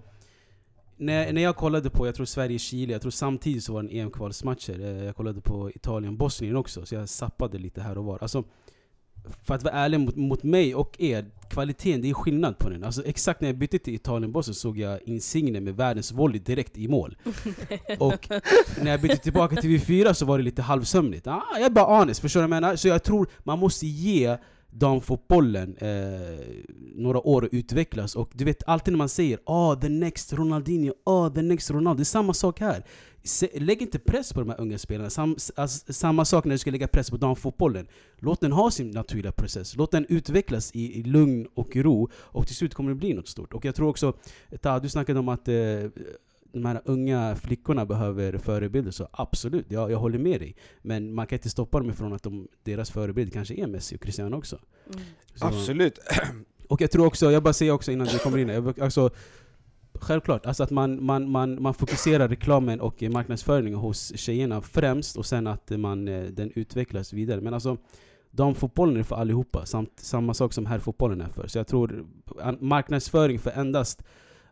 när, när jag kollade på, jag tror Sverige-Chile, jag tror samtidigt så var det en E M-kvalsmatcher. Eh, Jag kollade på Italien-Bosnien också, så jag sappade lite här och var. Alltså, för att vara ärlig mot, mot mig och er, kvaliteten, det är skillnad på den. Alltså exakt när jag bytte till Italien-Bosnien såg jag Insigne med världens volley direkt i mål. Och när jag bytte tillbaka till V fyra så var det lite halvsömnigt. Ah, jag är bara honest, förstår du vad jag menar? Så jag tror man måste ge damfotbollen eh, några år att utvecklas. Och du vet, alltid när man säger ah, the next Ronaldinho, ah, the next Ronaldo, det är samma sak här. Se, lägg inte press på de här unga spelarna. Sam, alltså, samma sak när du ska lägga press på damfotbollen. Låt den ha sin naturliga process. Låt den utvecklas i, i lugn och ro. Och till slut kommer det bli något stort. Och jag tror också, Ta, du snackade om att eh, de här unga flickorna behöver förebilder, så absolut, jag, jag håller med dig. Men man kan inte stoppa dem ifrån att de, deras förebild kanske är Messi och Cristiano också. Mm. Så, Absolut. och jag tror också, jag bara säger också innan du kommer in, jag, alltså, självklart, alltså att man, man, man, man fokuserar reklamen och marknadsföringen hos tjejerna främst, och sen att man, den utvecklas vidare. Men alltså, damfotbollen är för allihopa, samt samma sak som herrfotbollen är för. Så jag tror an- marknadsföring för endast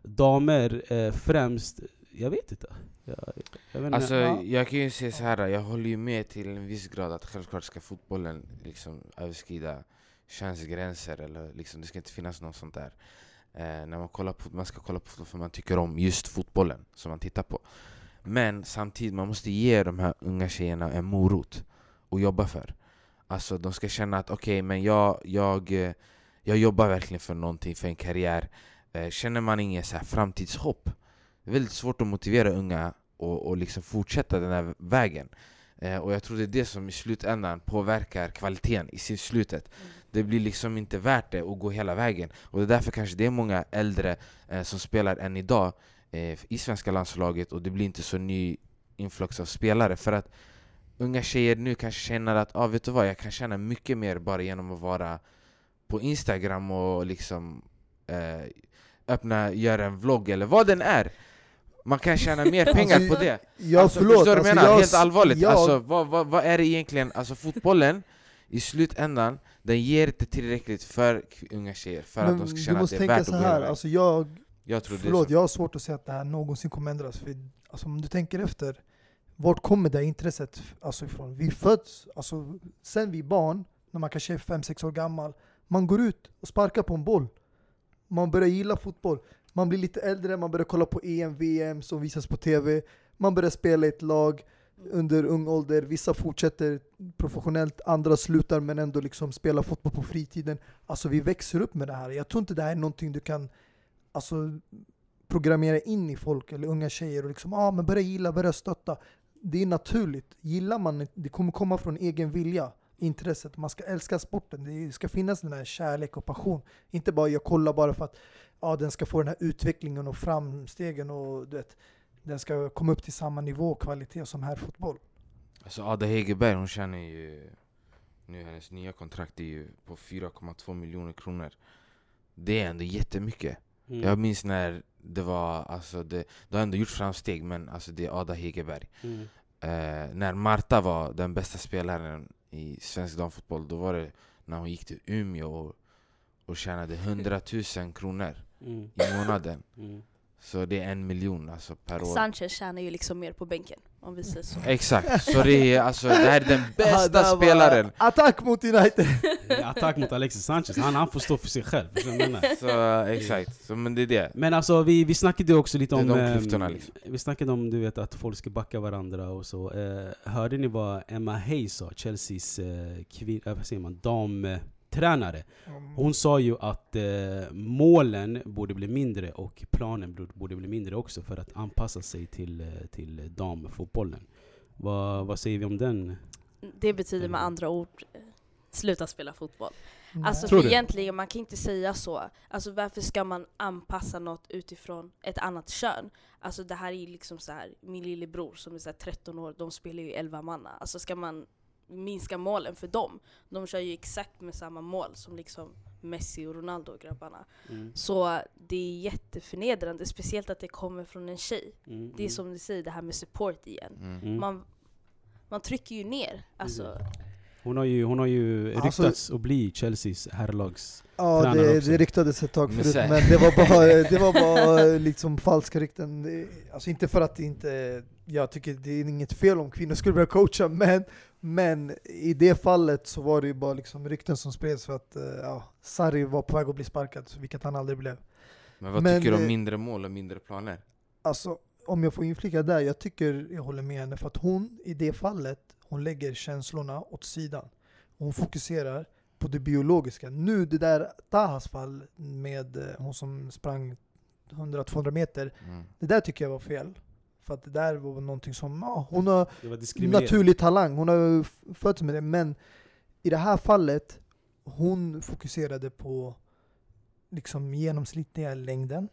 damer eh, främst, jag vet inte. Jag, jag vet inte. Alltså Ja. jag kan ju säga så här, jag håller ju med till en viss grad att självklart ska fotbollen liksom överskrida könsgränser, eller liksom det ska inte finnas något sånt där. Eh, när man kollar på, man ska kolla på fotboll för man tycker om just fotbollen som man tittar på. Men samtidigt man måste ge de här unga tjejerna en morot att jobba för. Alltså de ska känna att okej, okay, men jag, jag, eh, jag jobbar verkligen för någonting, för en karriär. Eh, känner man ingen så här framtidshopp, det är väldigt svårt att motivera unga och, och liksom fortsätta den här vägen. Eh, och jag tror det är det som i slutändan påverkar kvaliteten i sin slutet. Mm. Det blir liksom inte värt det att gå hela vägen. Och det är därför kanske det är många äldre eh, som spelar än idag eh, i svenska landslaget, och det blir inte så ny influx av spelare. För att unga tjejer nu kanske känner att ah, vet du vad, jag kan tjäna mycket mer bara genom att vara på Instagram och liksom eh, öppna, göra en vlogg eller vad den är. Man kan tjäna mer pengar Alltså, på det. Ja, Alltså, förlåt. förstår du vad jag Alltså, menar? jag- Helt allvarligt. jag- Alltså, vad, vad, vad är det egentligen? Alltså fotbollen i slutändan, den ger inte tillräckligt för k- unga tjejer för Men att de ska du känna att måste det är tänka värt att så gå här, hela vägen. alltså jag, Jag tror det är förlåt, så. jag har svårt att säga att det här någonsin kommer ändras. För, alltså, om du tänker efter, vart kommer det intresset alltså ifrån? Vi föds, alltså, sen vi är barn, när man kanske är fem sex år gammal, man går ut och sparkar på en boll. Man börjar gilla fotboll. Man blir lite äldre, man börjar kolla på E M, V M som visas på tv. Man börjar spela i ett lag under ung ålder. Vissa fortsätter professionellt, andra slutar men ändå liksom spela fotboll på fritiden. Alltså vi växer upp med det här. Jag tror inte det här är någonting du kan alltså, programmera in i folk eller unga tjejer och liksom, ah, men börja gilla, börja stötta. Det är naturligt. Gillar man, det kommer komma från egen vilja, intresset. Man ska älska sporten. Det ska finnas den här kärlek och passion. Inte bara jag kollar bara för att ja, den ska få den här utvecklingen och framstegen och du vet, den ska komma upp till samma nivå och kvalitet som här fotboll. Alltså Ada Hegerberg, hon tjänar ju nu, hennes nya kontrakt är ju på fyra komma två miljoner kronor. Det är ändå jättemycket. Mm. Jag minns när det var, alltså det, det har ändå gjort framsteg, men alltså det är Ada Hegerberg. Mm. Eh, när Marta var den bästa spelaren i svensk damfotboll, då var det när hon gick till Umeå och, och tjänade hundratusen kronor Mm. i månaden. Mm. Så det är en miljon alltså per år. Sanchez tjänar ju liksom mer på bänken, om vi säger så. Exakt, så det är, alltså, det här är den Ah, bästa där var spelaren. Attack mot United! Attack mot Alexis Sanchez, han, han får stå för sig själv. Förstår du vad jag menar? Så exakt, så, men det är det. Men alltså vi, vi snackade ju också lite Det är om de ehm, klyftorna, liksom. vi snackade om, du vet, att folk ska backa varandra och så. Eh, hörde ni vad Emma Hayes sa, Chelseas eh, kvin- äh, vad säger man, damtränare? Hon sa ju att eh, målen borde bli mindre och planen borde- borde bli mindre också för att anpassa sig till, eh, till damfotbollen. Vad, vad säger vi om den? Det betyder med andra ord eh, sluta spela fotboll. Alltså Tror för du? egentligen, man kan inte säga så. Alltså varför ska man anpassa något utifrån ett annat kön? Alltså det här är ju liksom så här, min lillebror som är så här tretton år, de spelar ju elva manna. Alltså ska man minska målen för dem? De kör ju exakt med samma mål som liksom Messi och Ronaldo och grabbarna. Mm. Så det är jätteförnedrande, speciellt att det kommer från en tjej. Mm. Det är som du säger, det här med support igen. Mm. Mm. Man, man trycker ju ner. Alltså, Hon har ju, hon har ju Alltså- ryktats att bli Chelseas herrlags. Ja, Tränare det, också. det ryktades ett tag Men förut, så här- men det var bara, det var bara liksom falska rykten. Det, alltså inte för att det inte, jag tycker det är inget fel om kvinnor skulle börja coacha, men, men i det fallet så var det ju bara liksom rykten som spreds för att eh, ja, Sarri var på väg att bli sparkad, vilket han aldrig blev. Men vad Men, tycker du om eh, mindre mål och mindre planer? Alltså, om jag får inflika där, jag tycker jag håller med henne, för att hon i det fallet, hon lägger känslorna åt sidan. Hon fokuserar på det biologiska. Nu det där Tahas fall med eh, hon som sprang hundra till tvåhundra meter, Mm. det där tycker jag var fel. För att det där var någonting som, ja, hon har Det var diskriminerande. naturlig talang, hon har ju f- fötts med det, men i det här fallet, hon fokuserade på liksom genomsnittliga längden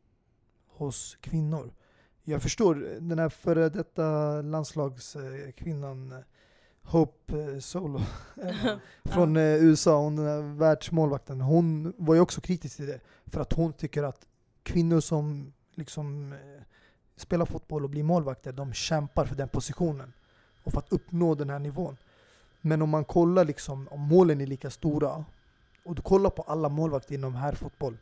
hos kvinnor. Jag förstår, den här före detta landslagskvinnan eh, Hope eh, Solo eh, från eh, U S A, hon är världsmålvakten, hon var ju också kritisk till det, för att hon tycker att kvinnor som liksom eh, spelar fotboll och blir målvakter, de kämpar för den positionen och för att uppnå den här nivån. Men om man kollar liksom, om målen är lika stora och du kollar på alla målvakter inom här fotboll,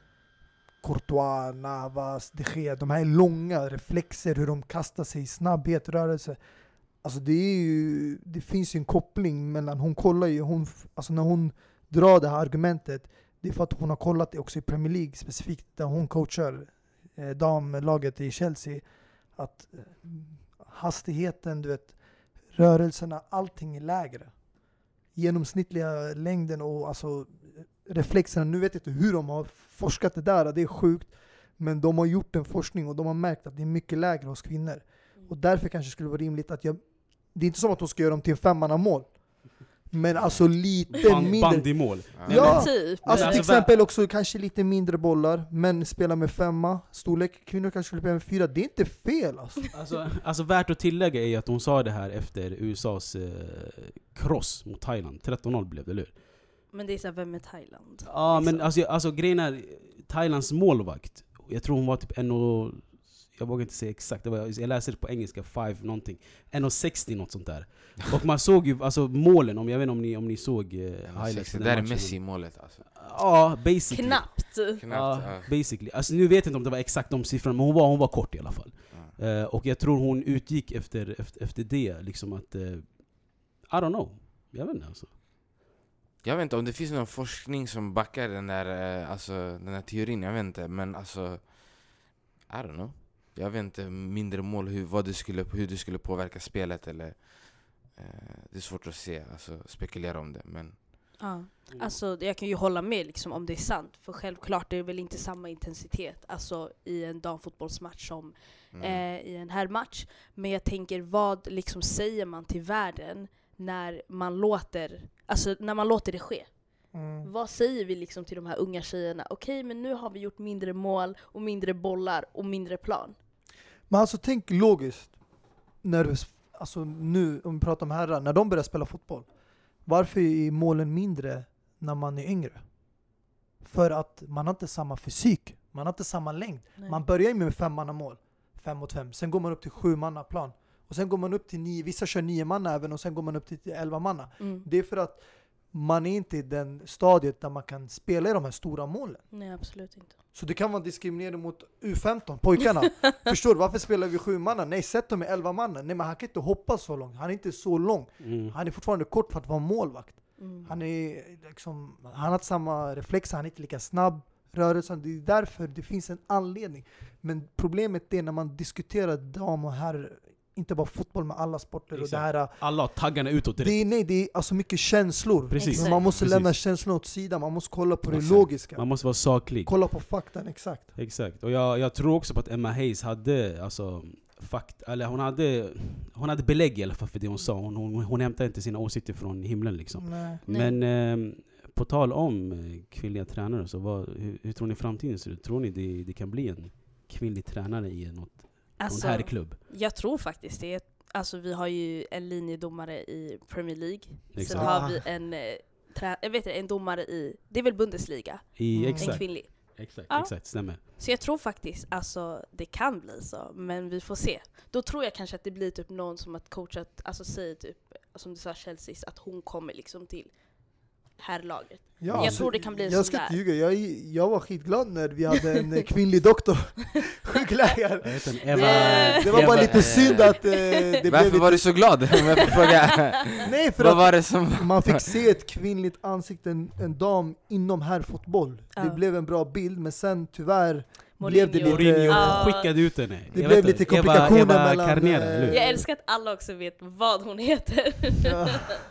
Courtois, Navas, De Gea, de här långa reflexer, hur de kastar sig, snabbhet, rörelse. Alltså det är ju, det finns ju en koppling mellan, hon kollar ju, hon, alltså när hon drar det här argumentet, det är för att hon har kollat det också i Premier League specifikt där hon coachar eh, damlaget i Chelsea, att eh, hastigheten, du vet, rörelserna, allting är lägre. Genomsnittliga längden och alltså reflexerna, nu vet jag inte hur de har forskat det där, det är sjukt, men de har gjort en forskning och de har märkt att det är mycket lägre hos kvinnor. Och därför kanske det skulle vara rimligt att jag, det är inte som att de ska göra dem till en femmanna mål, men alltså lite Band, mindre. bandymål. Ja, Men typ. alltså Men till alltså, exempel också kanske lite mindre bollar, men spela med femma storlek, kvinnor kanske skulle spela med fyra, det är inte fel alltså. Alltså, alltså värt att tillägga är att hon sa det här efter U S A:s eh, cross mot Thailand. tretton noll blev det, eller hur? Men det är så här, vem är Thailand? Ja, Liksom. men alltså, alltså grejen är, Thailands målvakt, jag tror hon var typ en och, jag vågar inte säga exakt, det var, jag läser det på engelska, five någonting, en och sextio något sånt där. Och man såg ju alltså målen, om jag vet inte om ni, om ni såg eh, highlights. Det där är Messi i målet alltså. Ja, basically. Knappt. Knappt, Ja, ja. basically. Alltså nu vet jag inte om det var exakt de siffrorna, men hon var, hon var kort i alla fall. Ja. Eh, och jag tror hon utgick efter, efter, efter det, liksom att, eh, I don't know, jag vet inte alltså. Jag vet inte om det finns någon forskning som backar den där, eh, alltså, den här teorin, jag vet inte, men alltså I don't know. Jag vet inte mindre mål hur, vad det skulle, hur det skulle påverka spelet eller eh, det är svårt att se, alltså spekulera om det, men Ja. Alltså jag kan ju hålla med liksom, om det är sant, för självklart är det väl inte samma intensitet alltså i en damfotbollsmatch som mm. eh, i en herrmatch, men jag tänker, vad liksom säger man till världen när man låter, alltså när man låter det ske? Mm. Vad säger vi liksom till de här unga tjejerna? Okej, men nu har vi gjort mindre mål och mindre bollar och mindre plan. Men alltså tänk logiskt, när du, alltså nu om vi pratar om herrar, när de börjar spela fotboll, varför är målen mindre när man är yngre? För att man har inte samma fysik, man har inte samma längd. Nej. Man börjar ju med femmanna mål, fem mot fem, sen går man upp till sju manna plan. Och sen går man upp till nio, vissa kör nio manna även, och sen går man upp till elva manna. Mm. Det är för att man är inte i den stadiet där man kan spela i de här stora målen. Nej, absolut inte. Så det kan vara diskriminering mot U femton, pojkarna. Förstår du? Varför spelar vi sju manna? Nej, sätt dem i elva manna. Nej, men han kan inte hoppa så långt. Han är inte så lång. Mm. Han är fortfarande kort för att vara målvakt. Mm. Han är liksom, han har inte samma reflex, han är inte lika snabb. Rörelsen, det är därför det finns en anledning. Men problemet är när man diskuterar dam och herr, inte bara fotboll med alla sporter. Och det, här, Alla har taggarna utåt direkt. det, är, nej, det är alltså mycket känslor. Precis. Men man måste Precis. lämna känslorna åt sidan. Man måste kolla på det Exakt. logiska. Man måste vara saklig. Kolla på faktan, exakt. Exakt. Och jag, jag tror också på att Emma Hayes hade alltså fakt, eller hon hade hon hade belägg i alla fall för det hon sa. Hon hon, hon hämtade inte sina åsikter från himlen liksom. Nej. Men eh, på tal om eh, kvinnliga tränare, så vad, hur, hur tror ni framtiden ser ut? Tror ni det, det kan bli en kvinnlig tränare i något, Alltså, någon här klubb? jag tror faktiskt det. Alltså vi har ju en linjedomare i Premier League. Sen Exakt. har vi en, eh, trä- jag vet inte, en domare i, det är väl Bundesliga, I, Mm. en exakt, kvinnlig. exakt, Ja. exakt, stämmer. Så jag tror faktiskt, alltså det kan bli så, men vi får se. Då tror jag kanske att det blir typ någon som har coachat, alltså säger typ, som du sa Chelsea, att hon kommer liksom till herrlaget. Ja, Jag alltså, tror det kan bli jag sån ska där. inte ljuga, jag, jag var skitglad när vi hade en eh, kvinnlig doktor, sjukläkare. Jag vet inte, Det Eva, var, det var bara Eva- lite synd att eh, det blev Varför lite... var du så glad? Om jag får fråga. Nej, för Vad att var det som... man fick se ett kvinnligt ansikte, en, en dam inom herrfotboll. Ja. Det blev en bra bild, men sen tyvärr Mourinho. blev det lite... Mourinho Ja. skickade ut henne. Det Jag blev vet lite inte, Eva- komplikationer Eva mellan, Carnera, eh, eller hur? Jag älskar att alla också vet vad hon heter. Ja.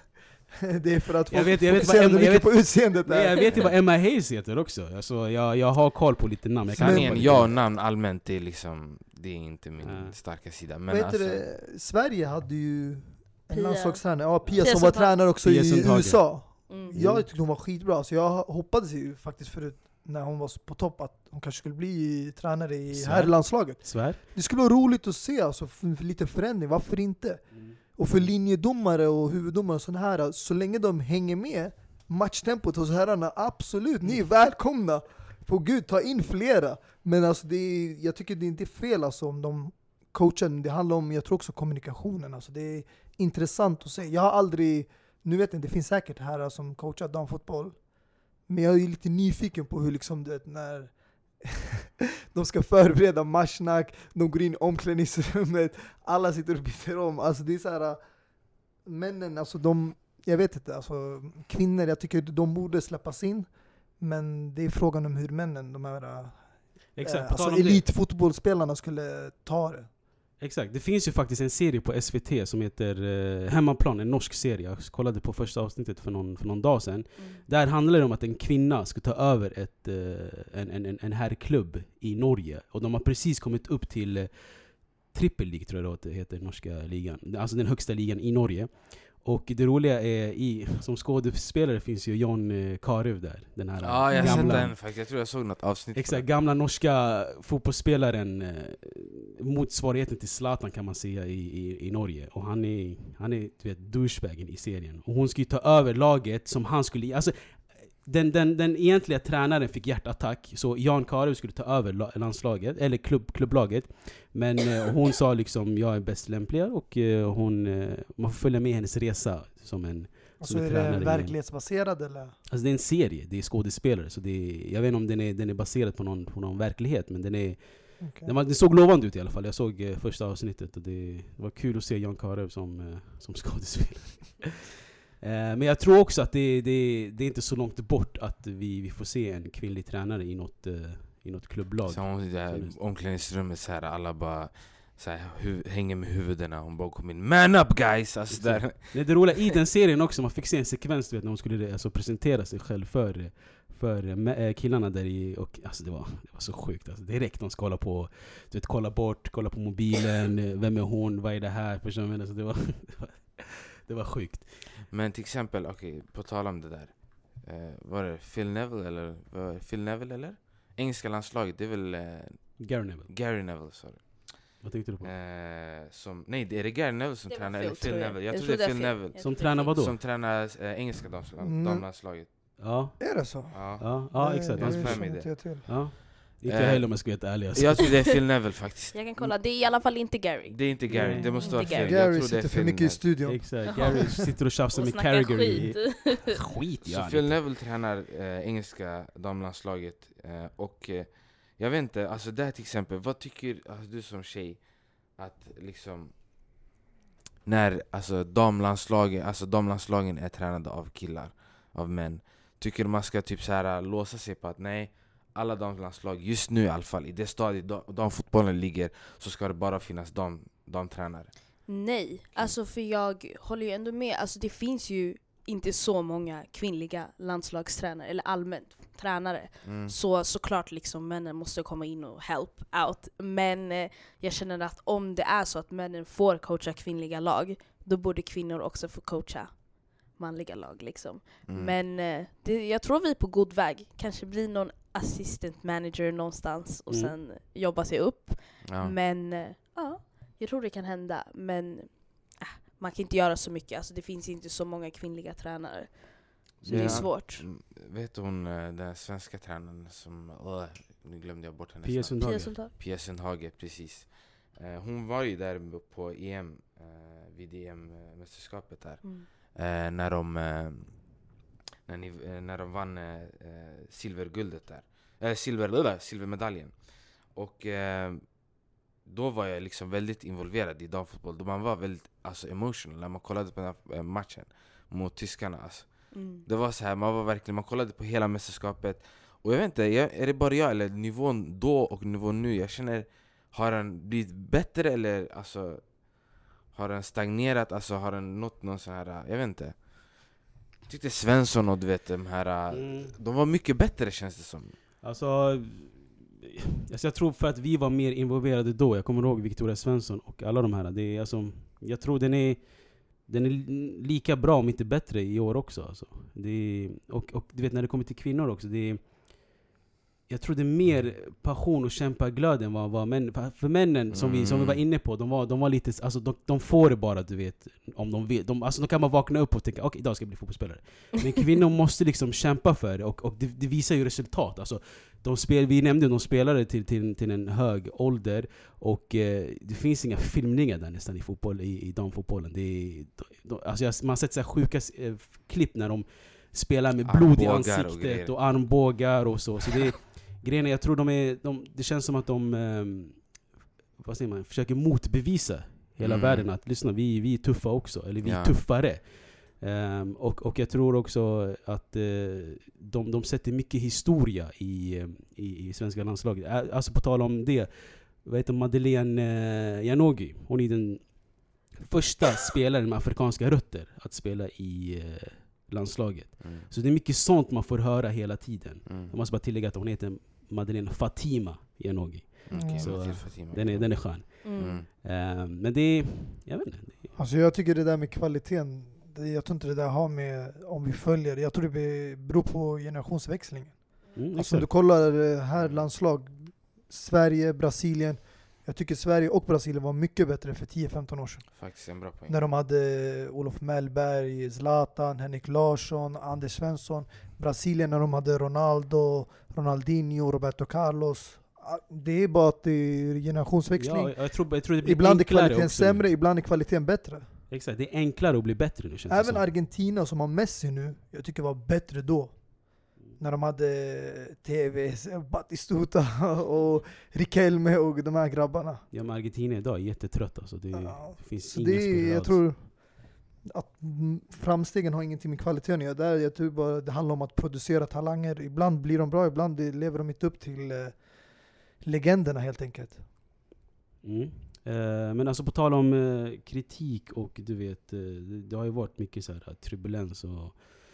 Det är för att Jag folk vet- jag vet fokuserar vad Emma- jag mycket vet- på utseendet Nej, jag där. vet ju vad Emma Hayes heter också. Alltså, jag, jag har koll på lite namn. Jag kan Men- inte Men bara- jag och namn allmänt, det är liksom, det är inte min Ja. starka sida. Vad Men heter alltså, det? Sverige hade ju en Pia. landslagstränare, ja, Pia, Pia som var Sundhage. tränare också Pia i Sundhage. U S A. Mm. Jag tyckte hon var skitbra, så jag hoppades ju faktiskt förut när hon var på topp att hon kanske skulle bli tränare i Så. herrlandslaget. Svär? Det skulle vara roligt att se, alltså, för, för lite förändring, varför inte? Och för linjedomare och huvuddomare och sådana här, så länge de hänger med matchtempot hos herrarna, absolut, ni är välkomna. På Gud, ta in flera. Men alltså det är, jag tycker det är inte fel alltså, om de coachar. Det handlar om, jag tror också kommunikationen. Alltså det är intressant att se. Jag har aldrig nu vet jag, det finns säkert här som coachar damfotboll. Men jag är lite nyfiken på hur liksom, du vet, när de ska förbereda matchsnack, de går in i omklädningsrummet, alla sitter och byter om. Alltså det är så här, männen, alltså de, jag vet inte, alltså kvinnor, jag tycker de borde släppas in. Men det är frågan om hur männen, de här Exakt, eh, på tal alltså om det. elitfotbollsspelarna skulle ta det. Exakt, det finns ju faktiskt en serie på S V T som heter eh, Hemmaplan, en norsk serie. Jag kollade på första avsnittet för någon, för någon dag sedan. Mm. Där handlar det om att en kvinna ska ta över ett, eh, en, en, en herrklubb i Norge. Och de har precis kommit upp till eh, Triple League, tror jag det heter, norska ligan. Alltså den högsta ligan i Norge. Och det roliga är, i, som skådespelare finns ju Jon eh, Carew där. Den här Ja, jag har sett gamla, den faktiskt. Jag tror jag såg något avsnitt. på exakt, den. gamla norska fotbollsspelaren, eh, motsvarigheten till Zlatan kan man säga i, i, i Norge. Och han är, han är du vet, douchebagen i serien. Och hon skulle ta över laget som han skulle... Alltså, den, den, den egentliga tränaren fick hjärtattack, så Jan Carew skulle ta över la, landslaget, eller klubb, klubblaget. Men eh, hon sa liksom, jag är bäst lämplig, och eh, hon, eh, man får följa med hennes resa som en, Alltså som en är tränare. det verklighetsbaserad eller? Alltså det är en serie, det är skådespelare, så det är, jag vet inte om den är, den är baserad på någon, på någon verklighet, men den är, Okay. den var, det såg lovande ut i alla fall. Jag såg eh, första avsnittet, och det, det var kul att se Jan Carew som, eh, som skådespelare. eh, men jag tror också att det, det, det är inte så långt bort att vi, vi får se en kvinnlig tränare i något, eh, i något klubblag. Så hon, det där omklädningsrummet så här, alla bara så här, hu- hänger med huvudena. Hon bara kom in, man up guys! Alltså där. Det är det roliga i den serien också, man fick se en sekvens, du vet, när hon skulle alltså, presentera sig själv för, för äh, killarna där i, och alltså, det, var, det var så sjukt. Alltså, direkt de ska kolla på, du vet, kolla bort, kolla på mobilen, vem är hon, vad är det här? Förstår du? Alltså, det, var, det, var, det var sjukt. Men till exempel, okej, okay, på tal om det där. Eh, var det Phil Neville eller? Var det Phil Neville eller? Engelska landslaget, det är väl eh, Gary Neville. Gary Neville, sorry. Vad tänkte du på? Eh, som, nej, det är det Gary Neville som Det var tränar, Phil, eller Phil tror jag. Neville. Jag, Jag tror det är tror Phil det är Phil. Neville. Jag Som tror det är tränar vadå? Som tränar eh, engelska dams- Mm. damlandslaget. Ja, Är det så? Ja. ja, ja, Nej, exakt. det Han är det spelar- för mig känner det. inte jag till. Ja. Inte Eh, jag heller om jag ska vara helt ärlig. Alltså. Jag tror det är Phil Neville faktiskt. Jag kan kolla, det är i alla fall inte Gary. Det är inte Gary, Nej. det måste Inte vara Gary. Phil. Jag Gary tror det är sitter för Phil mycket i Neville. studion. Exakt, Jaha. Gary sitter och tjafsar Och med snackar Carragher. skit. Skit, Så ja. Phil Neville tränar eh, engelska damlandslaget eh, och eh, jag vet inte, alltså där till exempel, vad tycker alltså, du som tjej att liksom när alltså damlandslagen, alltså damlandslagen är tränade av killar, av män, tycker du man ska typ så här låsa sig på att nej, alla damlandslag just nu i alla fall i det stadiet dam, damfotbollen ligger, så ska det bara finnas dam, damtränare. Nej, alltså för jag håller ju ändå med. Alltså det finns ju inte så många kvinnliga landslagstränare eller allmänt tränare. Mm. Så såklart liksom männen måste komma in och help out. Men eh, jag känner att om det är så att männen får coacha kvinnliga lag, då borde kvinnor också få coacha manliga lag liksom. Mm. Men eh, det, jag tror vi är på god väg. Kanske blir någon assistant manager någonstans och Mm. sen jobba sig upp. Ja. Men eh, ja, jag tror det kan hända. Men äh, man kan inte göra så mycket. Alltså det finns inte så många kvinnliga tränare. Så det är Ja. svårt. Mm, vet hon eh, den svenska tränaren som, åh, nu glömde jag bort hennes Pia namn. Sundhage. Pia Sundhage. Pia Sundhage, precis. Eh, hon var ju där på E M, eh, vid E M-mästerskapet där. Mm. Eh, när, de, eh, när, ni, eh, när de vann eh, eh, silverguldet där. Eh, silver, äh, silvermedaljen. Och eh, då var jag liksom väldigt involverad i damfotboll. Då man var väldigt alltså, emotional när man kollade på den här eh, matchen mot tyskarna. Alltså. Mm. Det var så här, man var verkligen, man kollade på hela mästerskapet. Och jag vet inte, jag, är det bara jag eller nivån då och nivån nu? Jag känner, har den blivit bättre eller alltså, har den stagnerat? Alltså har den nått någon sån här, jag vet inte. Jag tyckte Svensson och du vet de här, Mm. de var mycket bättre känns det som. Alltså, alltså, jag tror för att vi var mer involverade då. Jag kommer ihåg Victoria Svensson och alla de här. Det är, alltså, jag tror den är, den är lika bra om inte bättre i år också. Alltså. Det är, och, och du vet när det kommer till kvinnor också. Det är, jag tror det är mer passion och kämpaglöd än vad, vad män, för männen som, Mm. vi, som vi var inne på, de var, de var lite, alltså de, de får det bara, du vet, om de vill. De, alltså de kan man vakna upp och tänka, okej, okay, idag ska jag bli fotbollsspelare. Men kvinnor måste liksom kämpa för det, och, och det, det visar ju resultat. Alltså, de spel, vi nämnde de spelare till, till, till en hög ålder, och eh, det finns inga filmningar där nästan i fotboll, i, i damfotbollen. Det är, de, alltså jag, man har sett så här sjuka eh, klipp när de spelar med blod i Armbågar och ansiktet grejer. och, armbågar och så. Så det är grejerna, jag tror de är, de, det känns som att de eh, vad säger man, försöker motbevisa hela Mm. världen att lyssna, vi, vi är tuffa också, eller vi är Ja. tuffare. Um, och, och jag tror också att uh, de, de sätter mycket historia i, um, i, i svenska landslaget. Ä- Alltså på tal om det, vad heter Madeleine uh, Janogy? Hon är den första spelaren med afrikanska rötter att spela i uh, landslaget. Mm. Så det är mycket sånt man får höra hela tiden. Mm. Jag måste bara tillägga att hon heter Madeleine Fatima Janogy. Okej, Så, Matilda Fatima. Den är, den är skön. Mm. Mm. Um, men det är, jag vet inte. Det är, Alltså jag tycker det där med kvaliteten, det, jag tror inte det där har med om vi följer, jag tror det beror på generationsväxlingen. mm, Alltså om du exakt. kollar eh, här landslag, Sverige, Brasilien. Jag tycker Sverige och Brasilien var mycket bättre för tio femton år sedan. Faktiskt en bra poäng. När de hade Olof Mellberg, Zlatan, Henrik Larsson, Anders Svensson. Brasilien när de hade Ronaldo, Ronaldinho, Roberto Carlos. Ah, Det är bara att det är generationsväxling. Ja, jag tror, jag tror det blir Ibland är enklare kvaliteten också nu. sämre, ibland är kvaliteten bättre. Exakt, det är enklare att bli bättre nu, känns det Även som. Argentina som har Messi nu, jag tycker var bättre då. När de hade T V, Batistuta och Riquelme och de här grabbarna. Ja, men Argentina idag är jättetrött alltså. Det, Ja, det finns Så inga det är, spelare jag alls. tror att mm, framstegen har ingenting med kvaliteten att göra. Där, jag tror bara det handlar om att producera talanger. Ibland blir de bra, ibland det- lever de inte upp till eh, legenderna helt enkelt. Mm. Eh, men alltså på tal om eh, kritik och du vet, eh, det, det har ju varit mycket så här turbulens och,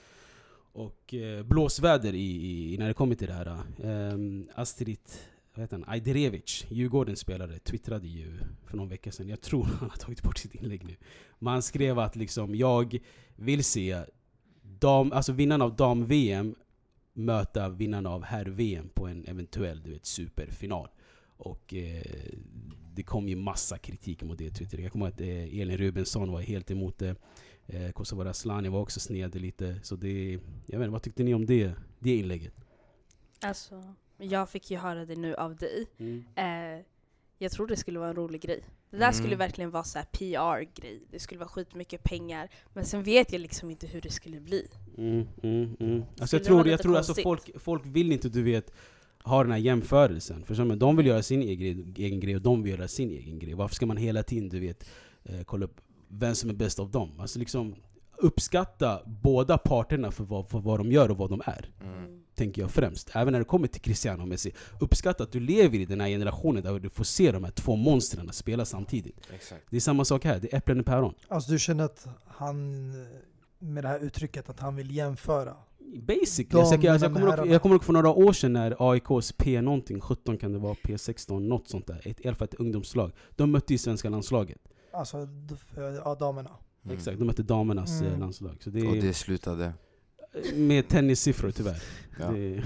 och eh, blåsväder i, i, när det kommer till det här. Eh, Astrid, vad heter han? Ajderevic, Djurgårdens spelare, twittrade ju för någon vecka sedan. Jag tror han har tagit bort sitt inlägg nu. Men han skrev att liksom, jag vill se dam, alltså vinnarna av dam-V M möta vinnarna av herr-V M på en eventuell, du vet, superfinal. Och eh, det kom ju massa kritik mot det Twitter. Jag kommer ihåg att eh, Elin Rubensson var helt emot det. Eh, Kosovare Asllani var också sned lite. Så det, jag vet inte, vad tyckte ni om det, det inlägget? Alltså, jag fick ju höra det nu av dig. Eh, jag tror det skulle vara en rolig grej. Det där Mm. skulle verkligen vara så här P R-grej. Det skulle vara skitmycket pengar. Men sen vet jag liksom inte hur det skulle bli. Mm, mm, mm. Alltså Skulle jag det vara tror, jag lite tror alltså konstigt? folk, folk vill inte, du vet, ha den här jämförelsen. För som, de vill göra sin egen, egen grej och de vill göra sin egen grej. Varför ska man hela tiden, du vet, eh, kolla upp vem som är bäst av dem? Alltså liksom uppskatta båda parterna för vad, för vad de gör och vad de är. Mm. Tänker jag främst. Även när det kommer till Cristiano och Messi. Uppskatta att du lever i den här generationen där du får se de här två monstren spela samtidigt. Exakt. Det är samma sak här, det är äpplen och päron. Alltså du känner att han, med det här uttrycket, att han vill jämföra. Basically. De Alltså, jag, alltså, jag, med kommer de ihåg, här- jag kommer ihåg för några år sedan när A I K:s P någonting, sjutton kan det vara, P sexton, något sånt där. Ett, i alla fall ett ungdomslag. De mötte ju svenska landslaget. Alltså d- för, ja, damerna. Mm. Exakt, de mötte damernas Mm. eh, landslag. Så det Och är det slutade. med tennissiffror tyvärr. Ja. Det,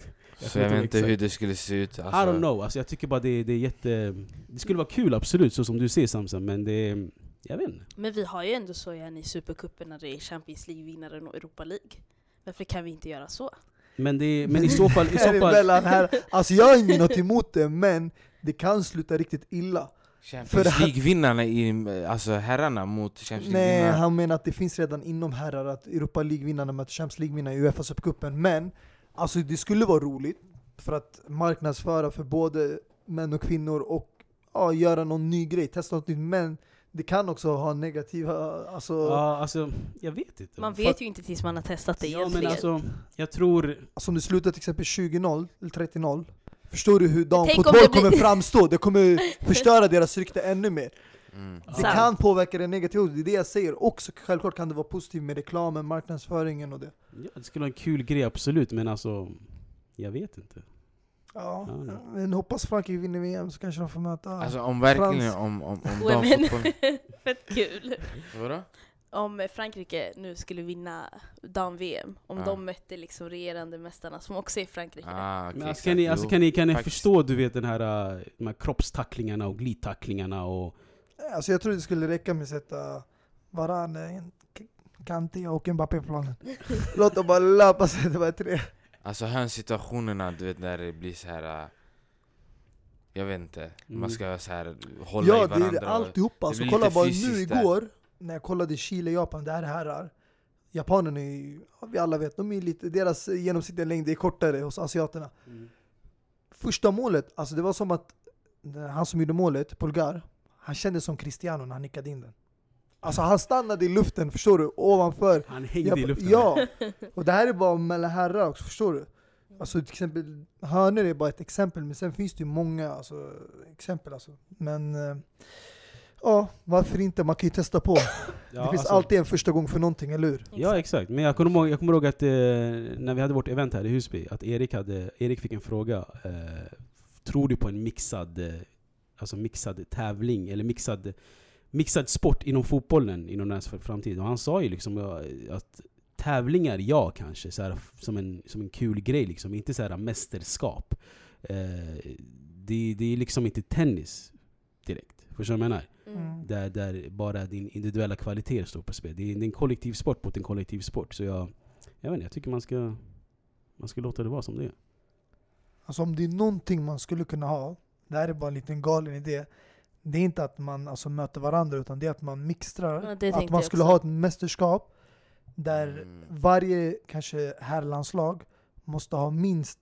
Så jag vet inte hur det skulle se ut. I Alltså, don't know, alltså, jag tycker bara det, det är jätte... Det skulle vara kul absolut, så som du säger Samson, men det är... Jag vet inte. Men vi har ju ändå så igen i Supercupen när det är Champions League-vinnaren och Europa League. Varför kan vi inte göra så? Men, det är, men i så fall... I så fall Emellan här. Alltså jag har inget något emot det, men det kan sluta riktigt illa. För Champions att- League-vinnarna, i, alltså herrarna mot Champions Nej, League-vinnarna. han menar att det finns redan inom herrar att Europa League-vinnarna möter Champions League-vinnarna i UEFA Supercupen. Men alltså det skulle vara roligt för att marknadsföra för både män och kvinnor och ja, göra någon ny grej, testa något nytt. Men det kan också ha negativa... Alltså, Ja, alltså, jag vet inte. Man För vet att- ju inte tills man har testat det Ja, egentligen. men alltså, jag tror... alltså om det slutar till exempel tjugo noll eller trettio noll. Förstår du hur tänk om damfotboll det blir- kommer framstå? Det kommer förstöra deras rykte ännu mer. Mm. Det Sant. kan påverka det negativt, det är det jag säger. Också självklart kan det vara positivt med reklamen, marknadsföringen och det. Ja, det skulle vara en kul grej, absolut, men alltså... Jag vet inte. Ja, Ja, nej. men hoppas Frankrike vinner V M så kanske de får möta... Alltså om verkligen, Frans. om, om, om Women. damfotboll... Fett kul. Vadå? om Frankrike nu skulle vinna dam-V M, om Ja. de mötte liksom regerande mästarna som också är Frankrike. Ah, okej, Men alltså, exakt. kan ni, alltså, Jo, kan ni, kan ni faktiskt. förstå, du vet, den här, uh, de här kroppstacklingarna och glidtacklingarna och... Alltså jag tror det skulle räcka med att sätta Varane, Kanté och Mbappé på planen. Låt dem bara löpa sig, det var tre. Alltså hörnsituationerna, du vet, när det blir så här. äh, Jag vet inte, Mm. man ska så här hålla Ja, i det är varandra. alltihopa. det Alltså, blir kolla lite bara nu fysiskt där. igår, när jag kollade Chile-Japan, det här är herrar. Japanerna är ju, ja, vi alla vet, de är lite, deras genomsnittliga längd är kortare hos asiaterna. Mm. Första målet, alltså det var som att han som gjorde målet, Polgar, han kände som Cristiano när han nickade in den. Alltså han stannade i luften, förstår du, ovanför. Han hängde Ja, i luften. ja, och det här är bara mellan herrar också, förstår du? Alltså till exempel, hörnor är bara ett exempel, men sen finns det ju många alltså, exempel alltså. Men eh, ja, varför inte? Man kan ju testa på. Ja, Det finns alltså- alltid en första gång för någonting, eller hur? Ja, exakt. Men jag kommer ihåg, jag kommer ihåg att eh, när vi hade vårt event här i Husby, att Erik, hade, Erik fick en fråga. Eh, tror du på en mixad, eh, alltså mixad tävling, eller mixad, mixad sport inom fotbollen inom den här framtiden? Och han sa ju liksom ja, att tävlingar, ja kanske, så här, som, en, som en kul grej, liksom. Inte så här mästerskap. Eh, det, det är liksom inte tennis direkt. Förstår du vad jag menar? Mm. Där, där bara din individuella kvalitet står på spel. Det är, det är en kollektiv sport mot en kollektiv sport. Så jag, jag vet inte, jag tycker man ska, man ska låta det vara som det är. Alltså om det är någonting man skulle kunna ha, det här är bara en liten galen idé. Det är inte att man alltså, möter varandra, utan det är att man mixtrar. Ja, det att tänkte man jag skulle också. ha ett mästerskap där Mm. varje kanske herrlandslag måste ha minst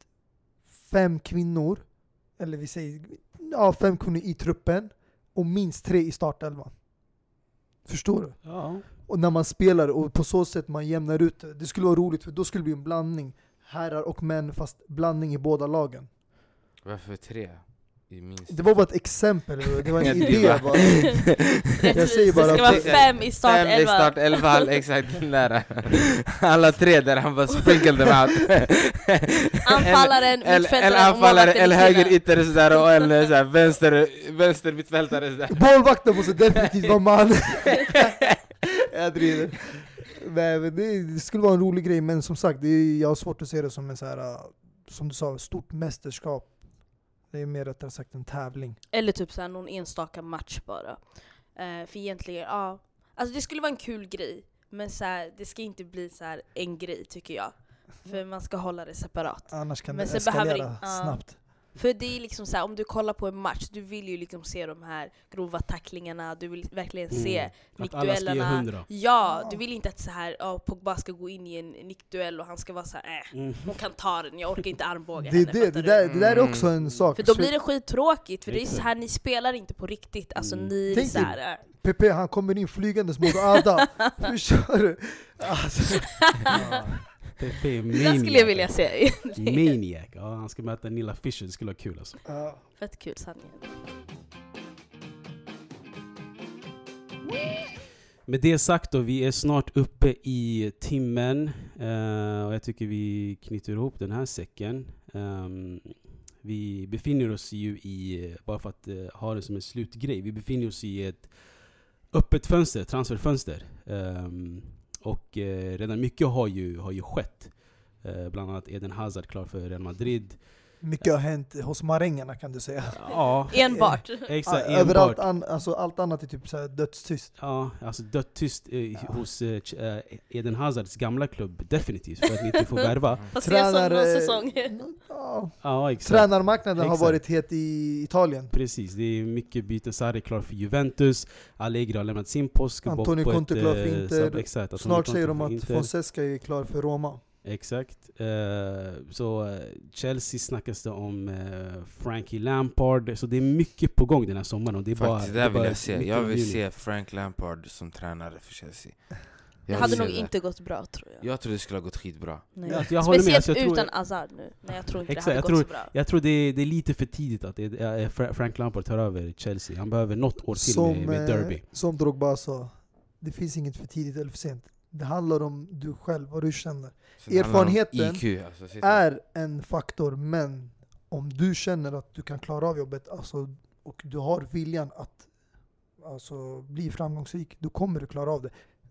fem kvinnor, eller vi säger ja, fem kvinnor i truppen och minst tre i startelvan. Förstår du? Ja. Och när man spelar och på så sätt man jämnar ut det. Det skulle vara roligt, för då skulle det bli en blandning. Herrar och män, fast blandning i båda lagen. Varför tre? I minst. Det var bara ett exempel, det var en Ja, det idé var- bara. Rättvist, säger bara det ska vara att- fem i Fem i startelvan. startelvan, exakt den där. Alla tre där han bara sprinkled them out. Anfallaren, En, en, mittfältaren en och anfallare, målvakten en i höger sidan. ytter sådär och en så här, vänster, vänster mittfältare sådär. Målvakten måste definitivt vara man. Jag driver. Nej, men det, det skulle vara en rolig grej, men som sagt, det är, jag har svårt att se det som en så här, uh, som du sa, stort mästerskap. Det är mer rättare sagt en tävling. Eller typ så här någon enstaka match bara. Eh, för egentligen, ja. Alltså det skulle vara en kul grej. Men så här, det ska inte bli så här en grej, tycker jag. För man ska hålla det separat. Annars kan Men det sen behöver eskalera det- ja. snabbt. För det är liksom så här, om du kollar på en match, du vill ju liksom se de här grova tacklingarna, du vill verkligen se Mm. Att alla ska ge nickduellerna. hundra. Ja, du vill inte att så här, oh, Pogba ska gå in i en nickduell och han ska vara så här, äh, Mm. hon kan ta den, jag orkar inte armbåga Det, henne, det, fattar det, du? där, det där är Mm. också en sak. För då blir det skittråkigt, för det är så Exakt. här, ni spelar inte på riktigt, alltså Mm. ni är Tänk så här, äh. Pepe, han kommer in flygandes mot Ada. Förstår du? Alltså, Pepe är Det där skulle jag vilja se. Maniac. Ja, han ska möta Nilla Fischer, det skulle vara kul alltså. ja. Fett kul sanningen. Med det sagt då, vi är snart uppe i timmen. eh, och jag tycker vi knyter ihop den här säcken. Ehm, vi befinner oss ju i, bara för att eh, ha det som en slutgrej, vi befinner oss i ett öppet fönster, transferfönster. Ehm, och eh, redan mycket har ju, har ju skett. Eh, bland annat Eden Hazard klar för Real Madrid. Mycket har hänt hos marängerna, kan du säga. Ja, Enbart. exakt. Ja, överallt, enbart. an, alltså, allt annat är typ så här dödstyst. Ja, alltså dött tyst eh, hos eh, Ch- eh, Eden Hazards gamla klubb, definitivt, för att ni inte får värva. Fast det är som någon Tränare- säsong. Ja. Ja, exakt. Tränarmarknaden har Exakt. varit het i Italien. Precis, det är mycket byten. Sarri är klar för Juventus, Allegri har lämnat sin post, ska bort Antonio på Conte ett, klar för eh, Inter. sub- exakt, Antonio Snart Conte säger de för att Inter. Fonseca är klar för Roma. Exakt. Eh, så eh, Chelsea snackas det om eh, Frankie Lampard, så det är mycket på gång den här sommaren. Och det är bara, Faktiskt, det det är där vill bara jag se. mitten Jag av vill juni. se Frank Lampard som tränare för Chelsea. Det Jag hade vill nog se det. inte gått bra, tror jag. Jag tror det skulle ha gått skitbra. Nej. Ja, jag håller med, Speciellt alltså, jag tror- utan Hazard nu. Nej, jag tror inte Exakt, det hade jag gått tror- så bra. Jag tror det är, det är lite för tidigt att det är, eh, Fra- Frank Lampard tar över Chelsea. Han behöver något år till Som, med, med eh, Derby. som Drogba sa, det finns inget för tidigt eller för sent. Det handlar om du själv, vad du känner. Så det handlar om Erfarenheten I Q, alltså, sitta- Är en faktor, men om du känner att du kan klara av jobbet alltså, och du har viljan att alltså, bli framgångsrik, då kommer du klara av det.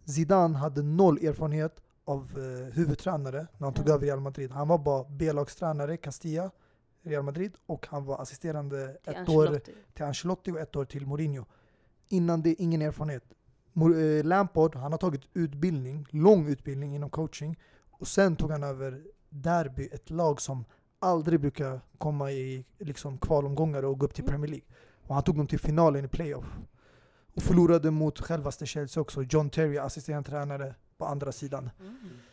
Zidane hade noll erfarenhet av eh, huvudtränare när han tog Ja. över Real Madrid. Han var bara B-lagstränare i Castilla, Real Madrid, och han var assisterande Till ett år Ancelotti. till Ancelotti och ett år till Mourinho. Innan det, ingen erfarenhet. Mor- eh, Lampard, han har tagit utbildning, lång utbildning inom coaching, och sen tog han över Derby, ett lag som aldrig brukar komma i liksom kvalomgångar och gå upp till Mm. Premier League. Och han tog dem till finalen i playoff. Och förlorade mot självaste Chelsea också. John Terry, assisterande tränare på andra sidan. Mm.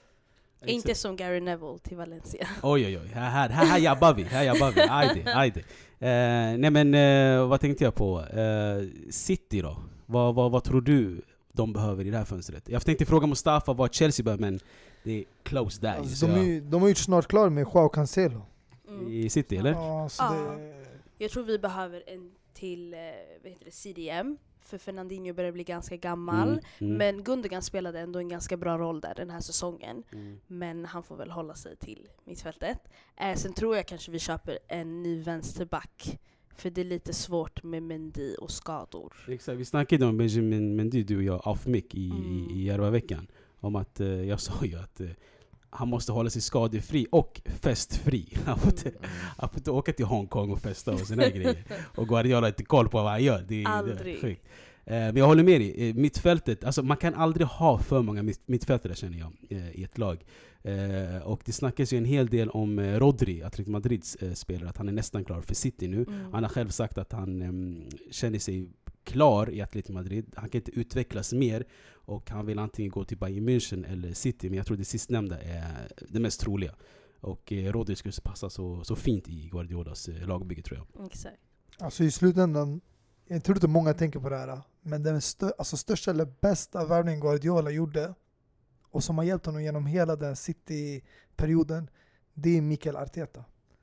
Inte som Gary Neville till Valencia. Oj oj oj, här, här, här, här jabbar vi, här jabbar vi, ajde, ajde. Eh, nej men eh, vad tänkte jag på? Eh, City då? Vad, vad, vad tror du de behöver i det här fönstret? Jag tänkte fråga Mustafa vad Chelsea behöver, men det är close där. Alltså, så de, är, jag- ju- de har ju snart klar med Joao Cancelo. Mm. I City eller? Ja, så Ja. det, Jag tror vi behöver en till eh, vad heter det, C D M. För Fernandinho börjar bli ganska gammal. Mm, mm, Men Gundogan spelade ändå en ganska bra roll där den här säsongen. mm. Men han får väl hålla sig till mittfältet. Eh, sen tror jag kanske vi köper en ny vänsterback. För det är lite svårt med Mendy och skador. Exakt, vi snackade om Benjamin Mendy, du och jag, off mic i, Mm. i, i Järvaveckan. Om att eh, jag sa ju att eh, han måste hålla sig skadefri och festfri. Han får inte, han får inte åka till Hongkong och festa och såna här grejer. Och Guardiola har inte koll på vad han gör. Det, är- det är Aldrig. sjukt. Eh, men jag håller med dig. Eh, mittfältet, alltså man kan aldrig ha för många mitt, mittfältare känner jag eh, i ett lag. Eh, och det snackas ju en hel del om eh, Rodri, Atletico Madrids eh, spelare, att han är nästan klar för City nu. Mm. Han har själv sagt att han em, känner sig klar i Atletico Madrid. Han kan inte utvecklas mer och han vill antingen gå till Bayern München eller City, men jag tror det sistnämnda är det mest troliga. Och eh, Rodri skulle passa så, så fint i Guardiolas eh, lagbygge tror jag. Exakt. alltså i slutändan, jag tror inte många tänker på det här, men den stö, alltså största eller bästa värvningen Guardiola gjorde, och som har hjälpt honom genom hela den City-perioden, det är Mikel Arteta.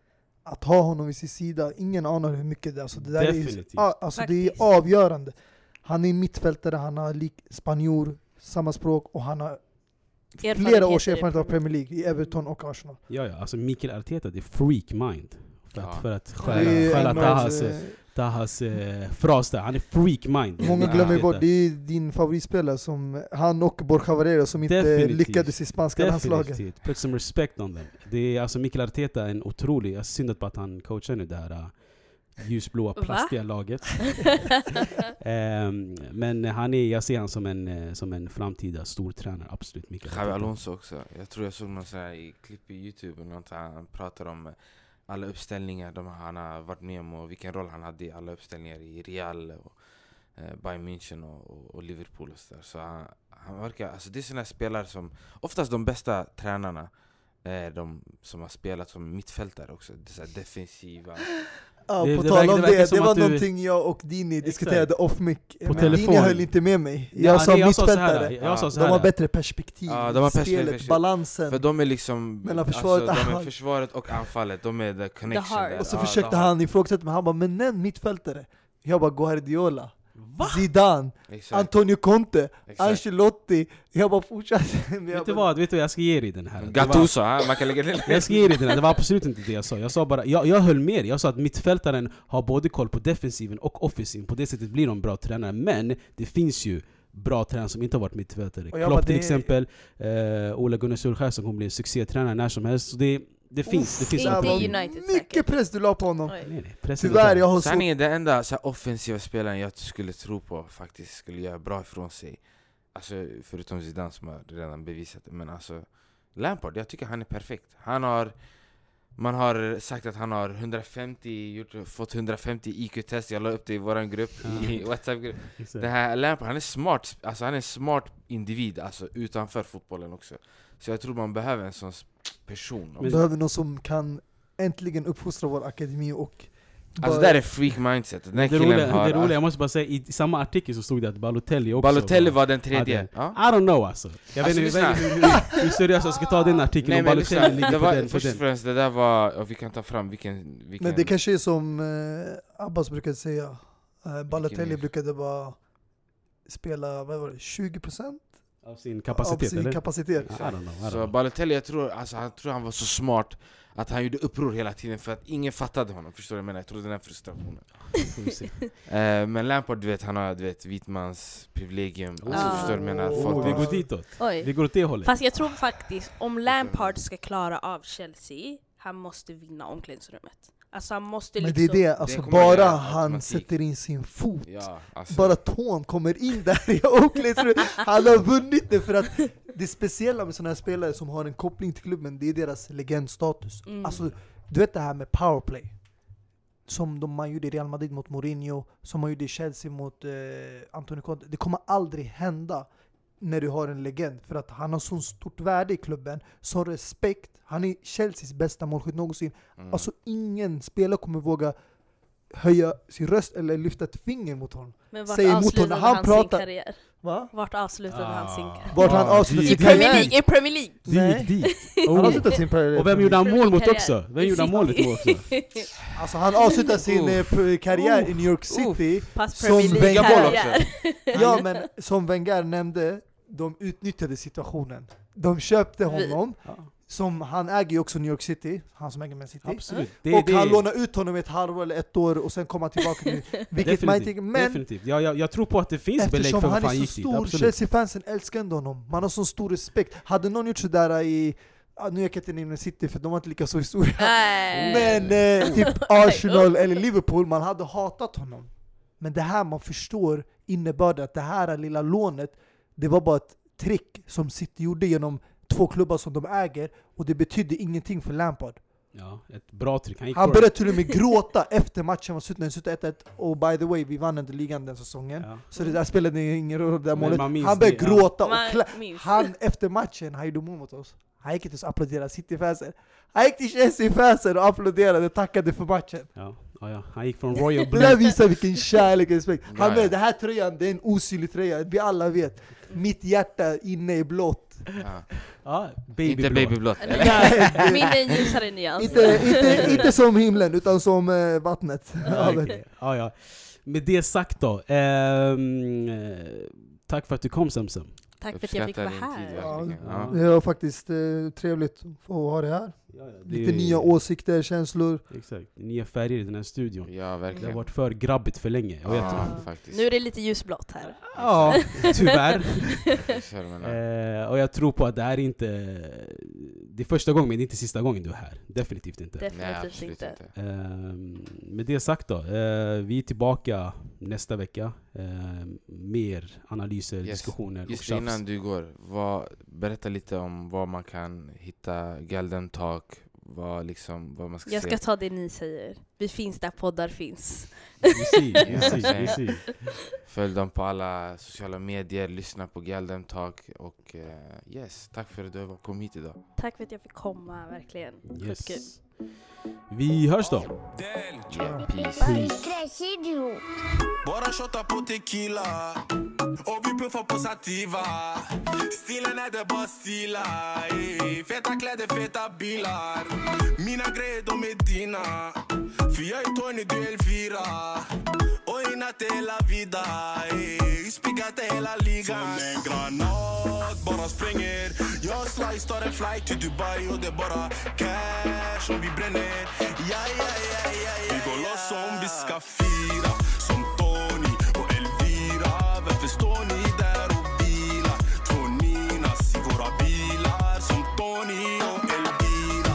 Att ha honom vid sin sida, ingen anar hur mycket det är. Alltså det, där är, Definitivt. ja, alltså det är Faktiskt. avgörande. Han är mittfältare, han har lik spanjor, samma språk, och han har flera Erfarenheter års i erfarenhet av Premier Premier League i Everton och Arsenal. Ja, ja, alltså Mikel Arteta, det är freak mind. För att, Ja. för att Det stjäla, är stjäla en- Tahas, eh, Tahas eh, fras där. Han är freak mind. Många Mikel glömmer Arteta. bort, det är din favoritspelare som han och Borja Valero som inte Definitivt. lyckades i spanska landslaget. Definitivt. Put some respect on them. Det är alltså Mikel Arteta, en otrolig, jag synd på att han coachar nu det här uh, ljusblåa Va? plastiga laget. Ehm, men han är, jag ser han som en, eh, som en framtida stor tränare, absolut. Mikel Xavi Arteta. Alonso också. Jag tror jag såg någon sån här i klipp i YouTube, något han pratar om eh, alla uppställningar de han har varit med om och vilken roll han hade i alla uppställningar i Real och eh, Bayern München och, och, och Liverpool och så där. Så han, han verkar, alltså det är såna här spelare som oftast de bästa tränarna är de som har spelat som mittfältare också. Det är så här defensiva. Ja, Det- på det tal verkar- om det verkar det, som det var att du- någonting jag och Dini diskuterade off mic. Men telefon. Dini höll inte med mig. Jag Ja, sa nej, jag sa så här, mittfältare. jag sa så De här. har bättre perspektiv, Ja, de har perspektiv, spelet, perspektiv. balansen. För de är liksom Mellan försvaret alltså, de och- är försvaret och anfallet. De är the connection heart. där. Och så Ja, försökte the heart. han ifrågasätta mig, han bara, men nämn mittfältare. Jag bara, Guardiola, Va? Zidane, Exakt, Antonio Conte, exakt. Ancelotti. Jag bara fortsatte. Men jag Vet du bara- vad? Vet du vad? Jag ska ge dig den här. Det var- Gattuso, ha? Man kan lägga det. Jag ska ge dig den här, det var absolut inte det jag sa. Jag sa bara, jag, jag höll med dig. Jag sa att mittfältaren har både koll på defensiven och offensiven. På det sättet blir de bra tränare. Men det finns ju bra tränare som inte har varit mittfältare. Och jag Klopp bara, till det- exempel, eh, Ole Gunnar Solskjaer som kommer bli en succétränare när som helst. Så det, det finns. Det finns Inte Jävlar, alltid. United mycket säkert. press du la på honom. Oj. Nej, nej, pressen är Tyvärr, där. jag har så... Sanningen, den enda så här, offensiva spelaren jag skulle tro på faktiskt skulle göra bra ifrån sig. Alltså förutom Zidane som har redan bevisat det. Men alltså Lampard, jag tycker han är perfekt. Han har Man har sagt att han har hundrafemtio, gjort, fått hundrafemtio I Q-test. Jag la upp det i våran grupp, i WhatsApp-grupp. Det här Lampard, han är smart, alltså han är en smart individ, alltså utanför fotbollen också. Så jag tror man behöver en sån s- person. Vi Men- behöver någon som kan äntligen uppfostra vår akademi och... Alltså det där är freak mindset. Den här Det killen roliga, har... det roliga, jag måste bara säga, i samma artikel så stod det att Balotelli också Balotelli var den tredje. hade- Ja? I don't know alltså. Jag Alltså, vet inte lyssna. hur, hur, hur seriöst jag ska ta den artikeln Nej om men lyssna, Balotelli ligger det på var, den. För först och den. främst det där var, och vi kan ta fram vilken... vilken Men det kanske är som eh, Abbas brukade säga. Eh, Balotelli mer? brukade bara spela, vad var det, tjugo procent Av sin av kapacitet, sin eller? kapacitet. I don't know, I don't Så know. Balotelli, jag tror, alltså, han tror han var så smart att han gjorde uppror hela tiden för att ingen fattade honom. Förstår du vad jag menar? Jag tror den här frustrationen. Får vi se. Eh, men Lampard, du vet, han har, du vet, vitmans privilegium. Alltså, Ah. förstår du vad jag menar? Oh, Folk Vi wow. går ditåt. Vi Oj. går åt det hållet. Fast jag tror faktiskt, om Lampard ska klara av Chelsea, han måste vinna omklädningsrummet. Alltså han måste Men liksom... det är det, alltså kommer bara göra han automatik. sätter in sin fot. Ja, alltså, Bara tån kommer in där i omklädningsrummet. Han har vunnit det för att det speciella med sådana här spelare som har en koppling till klubben, det är deras legendstatus. Mm. Alltså, du vet det här med powerplay. Som de, man gjorde i Real Madrid mot Mourinho, som man gjorde i Chelsea mot eh, Antonio Conte. Det kommer aldrig hända när du har en legend. För att han har så stort värde i klubben, så respekt. Han är Chelseas bästa målskytt någonsin. mm. Alltså ingen spelare kommer våga höja sin röst eller lyfta ett finger mot honom. Men vart säger emot avslutade honom. Han han pratar- sin karriär? Va? Vart avslutade Ah. han sin karriär? Vart han Ja, avslutade det- sin I Premier karriär. League! I Premier League! Det Nej. gick dit. Han har Oh. avslutat sin karriär. Och vem gjorde han mål mot Karriär. också? Vem I gjorde han City. målet mot också? Alltså han avslutade sin Uff. eh, p- karriär i New York City. Pass Som Premier Wenger League-karriär. Ja, men som Wenger nämnde, de utnyttjade situationen. De köpte Vi- honom, Ja, som han äger ju också New York City, han som äger Man City. absolut. Det, Och det, han lånar ut honom ett halvår eller ett år och sen kommer han tillbaka nu. Vilket man inte... definitivt, Men definitivt. Ja, jag, jag tror på att det finns belägg eftersom för han vad är fan så gick dit. stor, Absolut. Chelsea-fansen älskar ändå honom. Man har så stor respekt. Hade någon gjort sådär i... Ja, nu är jag inte nämna City för de var inte lika så historia. Nej. Men eh, typ Arsenal eller Liverpool, man hade hatat honom. Men det här man förstår innebörde att det här lilla lånet, det var bara ett trick som City gjorde genom två klubbar som de äger, och det betydde ingenting för Lampard. Ja, ett bra tryck. Han gick Han for började till och med gråta efter matchen var slut, när det slutade ett ett, och by the way, vi vann inte ligan den säsongen. Ja. Så det där spelade ingen roll, det där Men målet. man minns Han började det, ja. gråta och Man kla- minns. han efter matchen, han gjorde mål mot oss. Han gick inte så applådera City-fansen. Han gick till Chelsea-fansen och applåderade och tackade för matchen. Ja, ja, ja. Han gick från Royal Det där Blue. visar vilken kärlek och respekt. Han Ja, med, ja. det här tröjan, det är en osynlig tröja. Vi alla vet. Mitt hjärta inne i blått. Ja. Ja, Inte babyblå. babyblått. Nej, Min är en ljusare nyans. inte, inte, inte som himlen, utan som eh, vattnet. Ja, Ja, okej. ja, ja. Med det sagt då. ehm, eh, tack för att du kom, Samsam. Tack för att jag fick vara Uppskattar din tid, här. verkligen. Ja. Ja. Det var faktiskt eh, trevligt att få ha det här. Ja, ja, det Lite är- nya åsikter, känslor. Exakt, nya färger i den här studion. Ja, Det har verkligen. varit för grabbigt för länge, jag vet Ja, det. faktiskt. Nu är det lite ljusblått här. Ja, tyvärr. Jag kör med det. eh, och jag tror på att det här är inte... Det är första gången, men det är inte sista gången du är här. Definitivt inte. Nej, Definitivt absolut inte. inte. Ehm, med det sagt då, eh, vi är tillbaka nästa vecka. Ehm, mer analyser, Yes. diskussioner och Just tjafs. innan du går, vad, berätta lite om var man kan hitta Galden Talk, vad, liksom, vad man ska Jag se. ska ta det ni säger. Vi finns där poddar finns. Vi ser, vi Ja, ser, vi säg. ser. Följ dem på alla sociala medier, lyssna på Galden Talk och eh, yes, tack för att du kom hit idag. Tack för att jag fick komma, verkligen. Skitkul. Yes. Vi hörs då. Yeah, peace. Peace. Bara shotta på tequila och vi puffar på sativa. Stilen är det bara stila. ey. Feta kläder, feta bilar. Mina grejer de är dina. För jag är Tony, du är Elvira. Och i natt är hela vida. ey. Spiggat är hela ligan. Som en granat bara springer. Jag slice tar en flight till Dubai och det är bara cash som vi bränner. Ja, ja, ja, ja, ja. Vi går loss om vi ska fira. Som Tony och Elvira. Varför står ni där och vilar? Två Ninas i våra bilar. Som Tony och Elvira.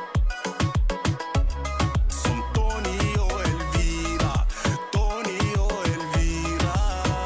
Som Tony och Elvira. Tony och Elvira.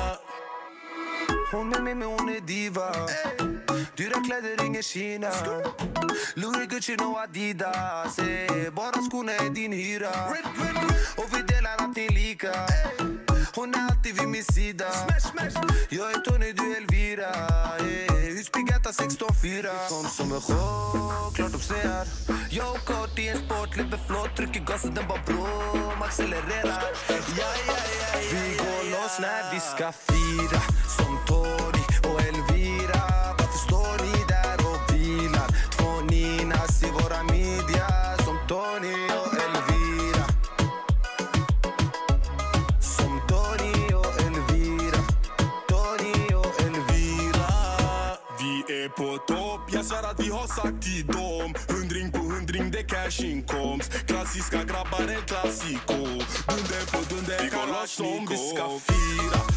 Hon är med mig, hon är diva. Dyra kläder, ingen Kina. Louis, Gucci, no Adidas. eh. Bara skorna är din hyra. Och vi delar allting lika. Hon är alltid vid min sida. Jag är Tony, du är Elvira. eh. Husbygata sexton fyra. Sånt som en chock, klart de ser. Jag och kort i en sport, lever flott. Trycker gasen, den bara brom. Accelererar. Ja, ja, ja, ja. Vi går loss när vi ska fira. Som Tony och Elvira. Varför står ni där och vilar? Två Ninas i våra media. Som Tony och Elvira. Som Tony och Elvira. Tony och Elvira. att vi har sagt till dem. Hundring på hundring, det cash inkomst. Klassiska grabbar, en klassiko. Dunder på dunder, vi går loss som vi ska fira.